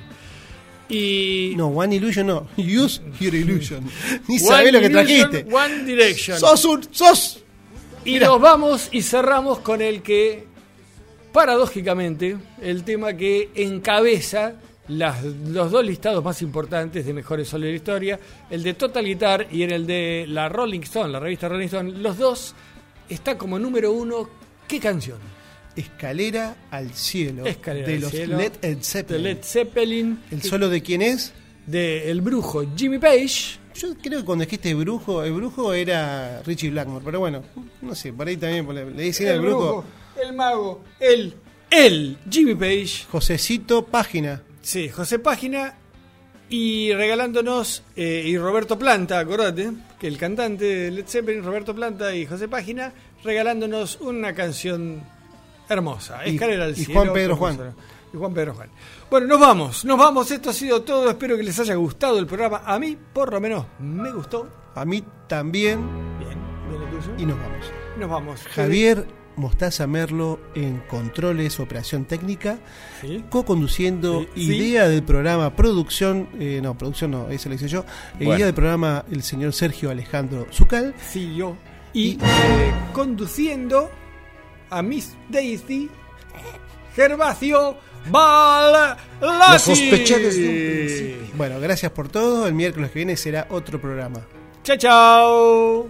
Y. No, One Illusion no. Use your Illusion. Ni sabés lo que trajiste. One Direction. Sos un. Sos. Y Mirá. nos vamos y cerramos con el que, paradójicamente, el tema que encabeza las, los dos listados más importantes de mejores solos de la historia, el de Total Guitar y en el de la Rolling Stone, la revista Rolling Stone, los dos está como número uno. ¿Qué canción? Escalera al cielo. Escalera de al los cielo, Led Zeppelin. de Led Zeppelin. ¿El solo de quién es? De el brujo Jimmy Page. Yo creo que cuando dijiste brujo, el brujo era Richie Blackmore, pero bueno, no sé, por ahí también le, le dicen al brujo. El mago, el, el Jimmy Page. Josecito Página. Sí, José Página. Y regalándonos, eh, y Roberto Planta, acordate, que el cantante de Led Zeppelin, Roberto Planta y José Página, regalándonos una canción hermosa, Y- Escalera al y cielo. Juan Pedro Juan. Y Juan Pedro Juan. Bueno, nos vamos, nos vamos, esto ha sido todo, espero que les haya gustado el programa, a mí por lo menos me gustó. A mí también. Bien, bien lo tuyo. Y nos vamos. Nos vamos. Javier Mostaza Merlo en controles, operación técnica, ¿Sí? co-conduciendo, Sí, sí. idea del programa, producción, eh, no, producción no, esa la hice yo, Bueno. idea del programa el señor Sergio Alejandro Zucal. Sí, yo. Y, eh, conduciendo a Miss Daisy Gervasio Balati. Lo sospeché desde un principio. Bueno, gracias por todo, el miércoles que viene será otro programa. Chao, chao.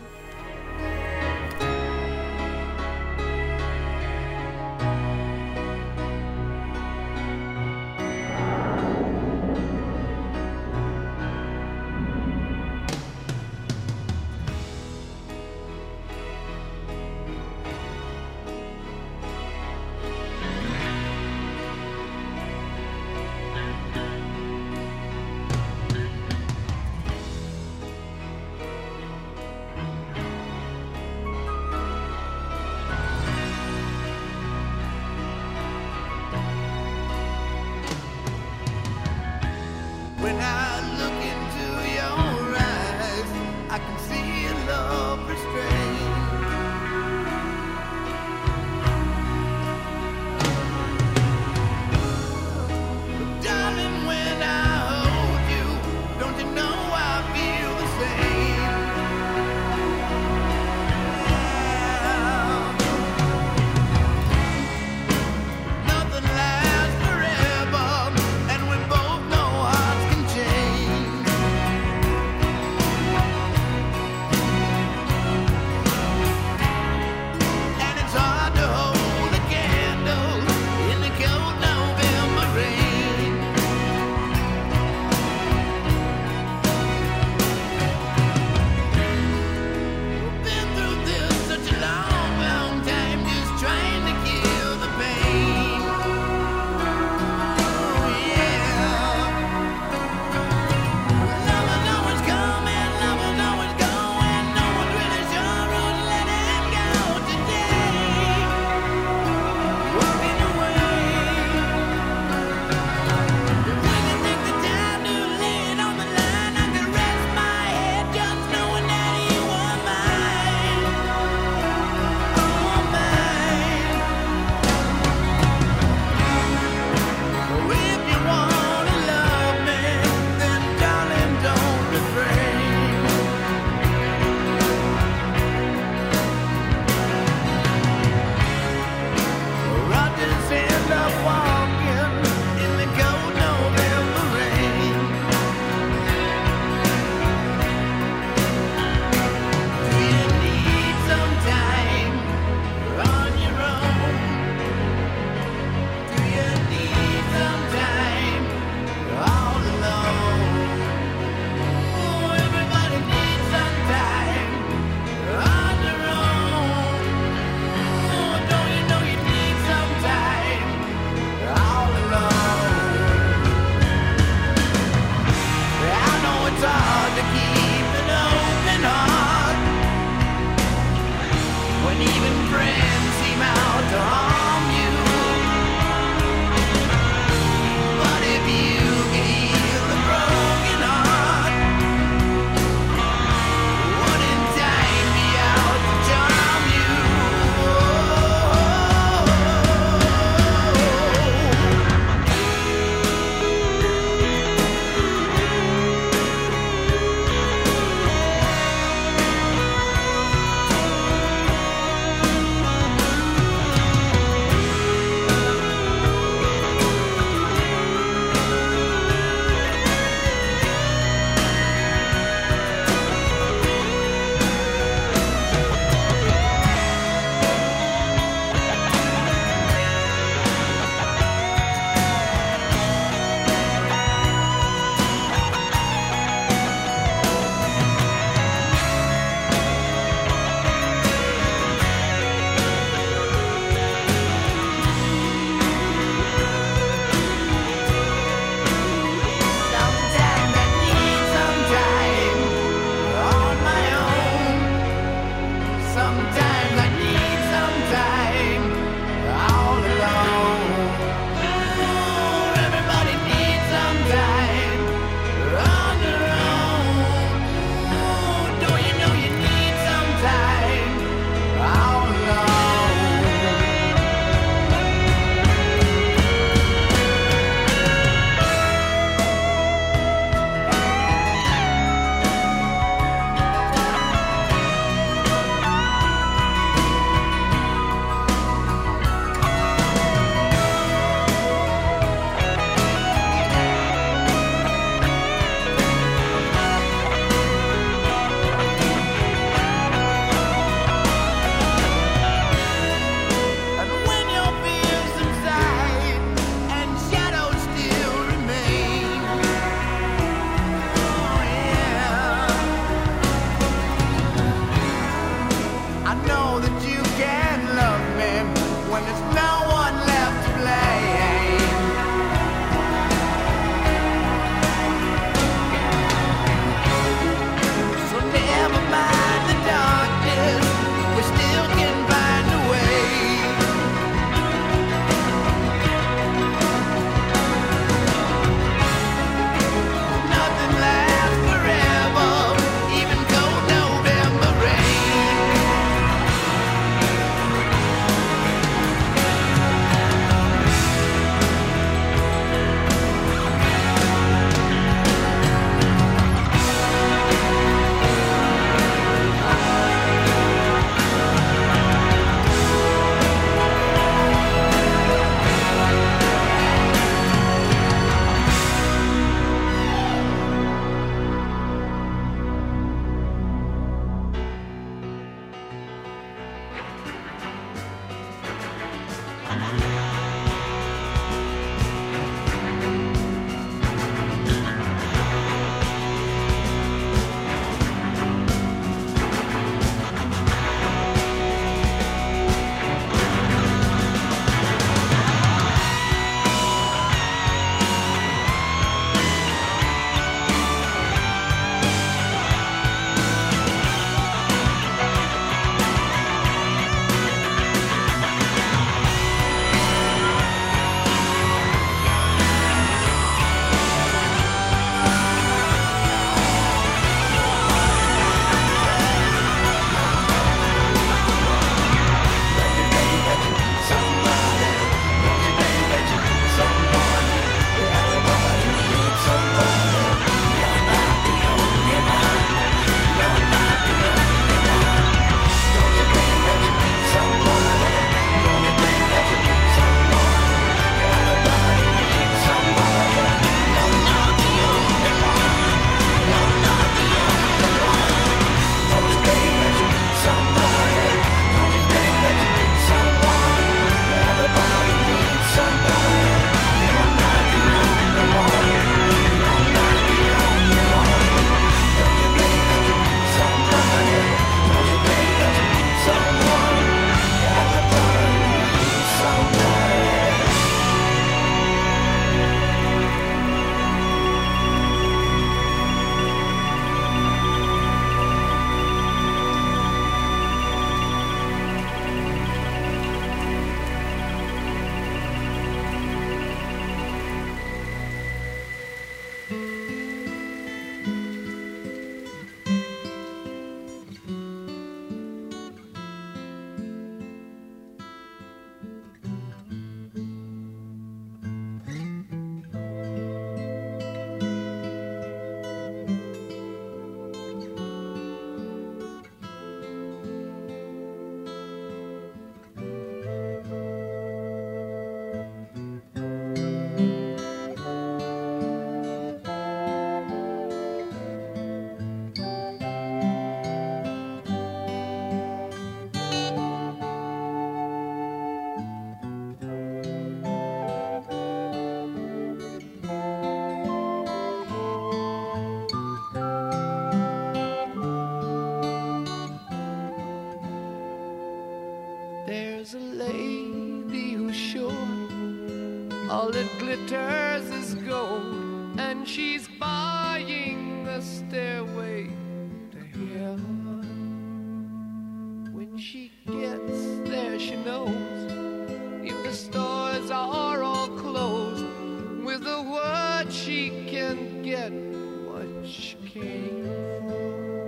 all that glitters is gold, and she's buying a stairway to heaven. When she gets there, she knows if the stores are all closed, with a word she can get what she came for.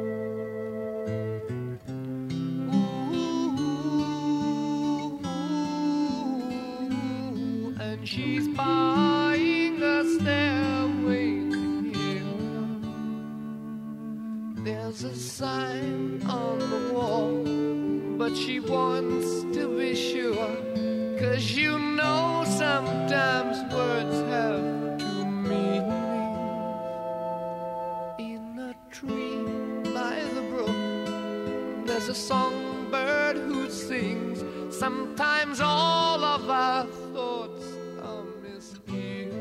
Ooh, and she's buying a stairway to heaven. There's a sign on the wall, but she wants to be sure, 'cause you know sometimes words have two meanings. In a tree by the brook, there's a songbird who sings. Sometimes all of our thoughts are misgiven.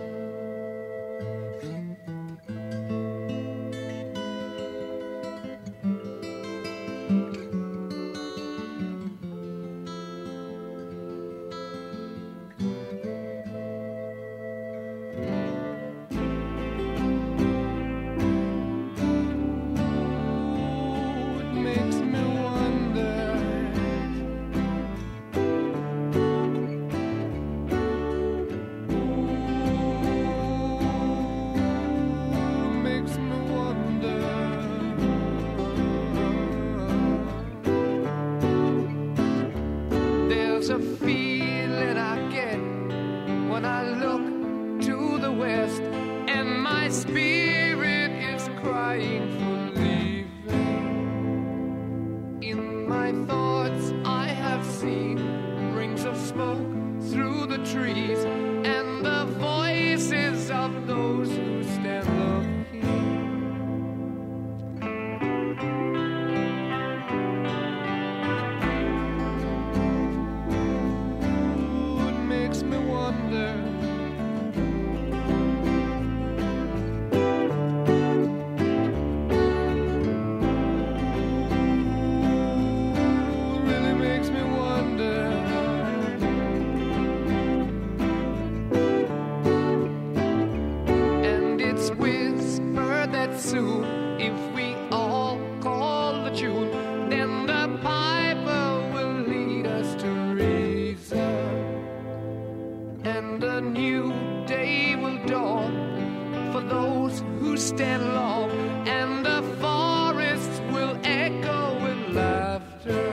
There's a feeling I get when I look to the west, and my spirit is crying for leaving. In my thoughts I have seen rings of smoke through the trees, and the voices of those who stand looking. Soon, if we all call the tune, then the piper will lead us to reason, and a new day will dawn for those who stand long, and the forests will echo with laughter.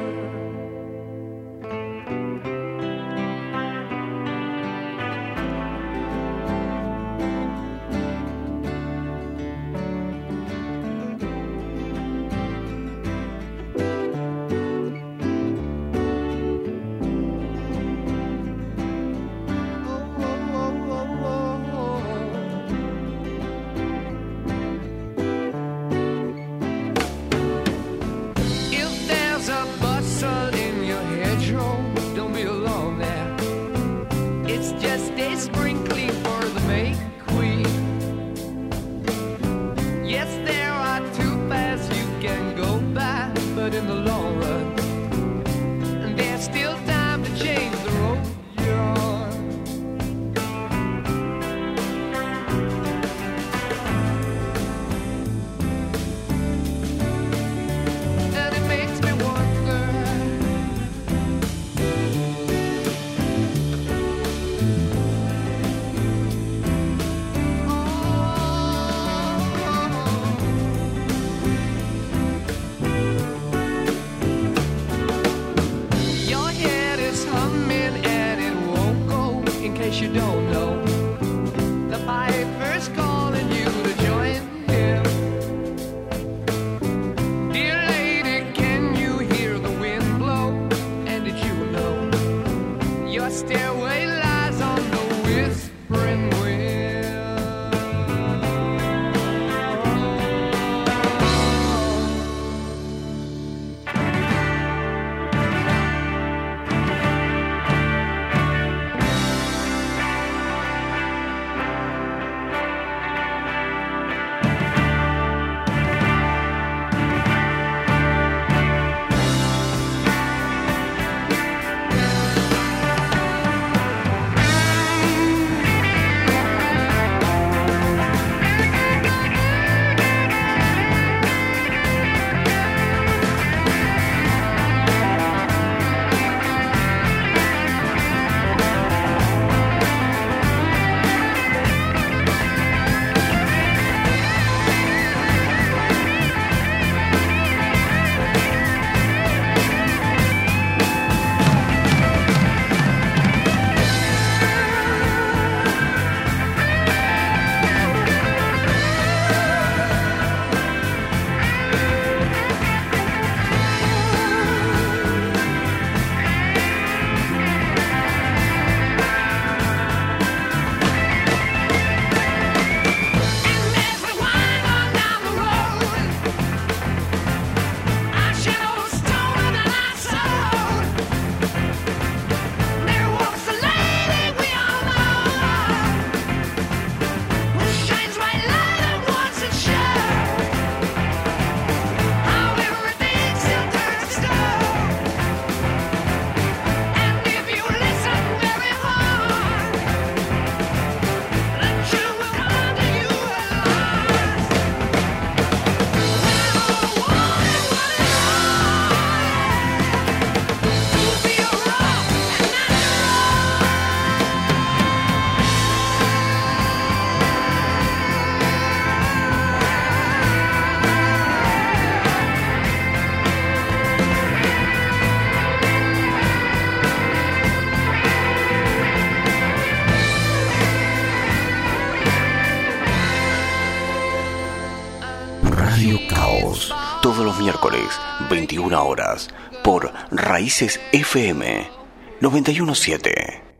Radio Caos, todos los miércoles, veintiuna horas, por Raíces F M noventa y uno punto siete.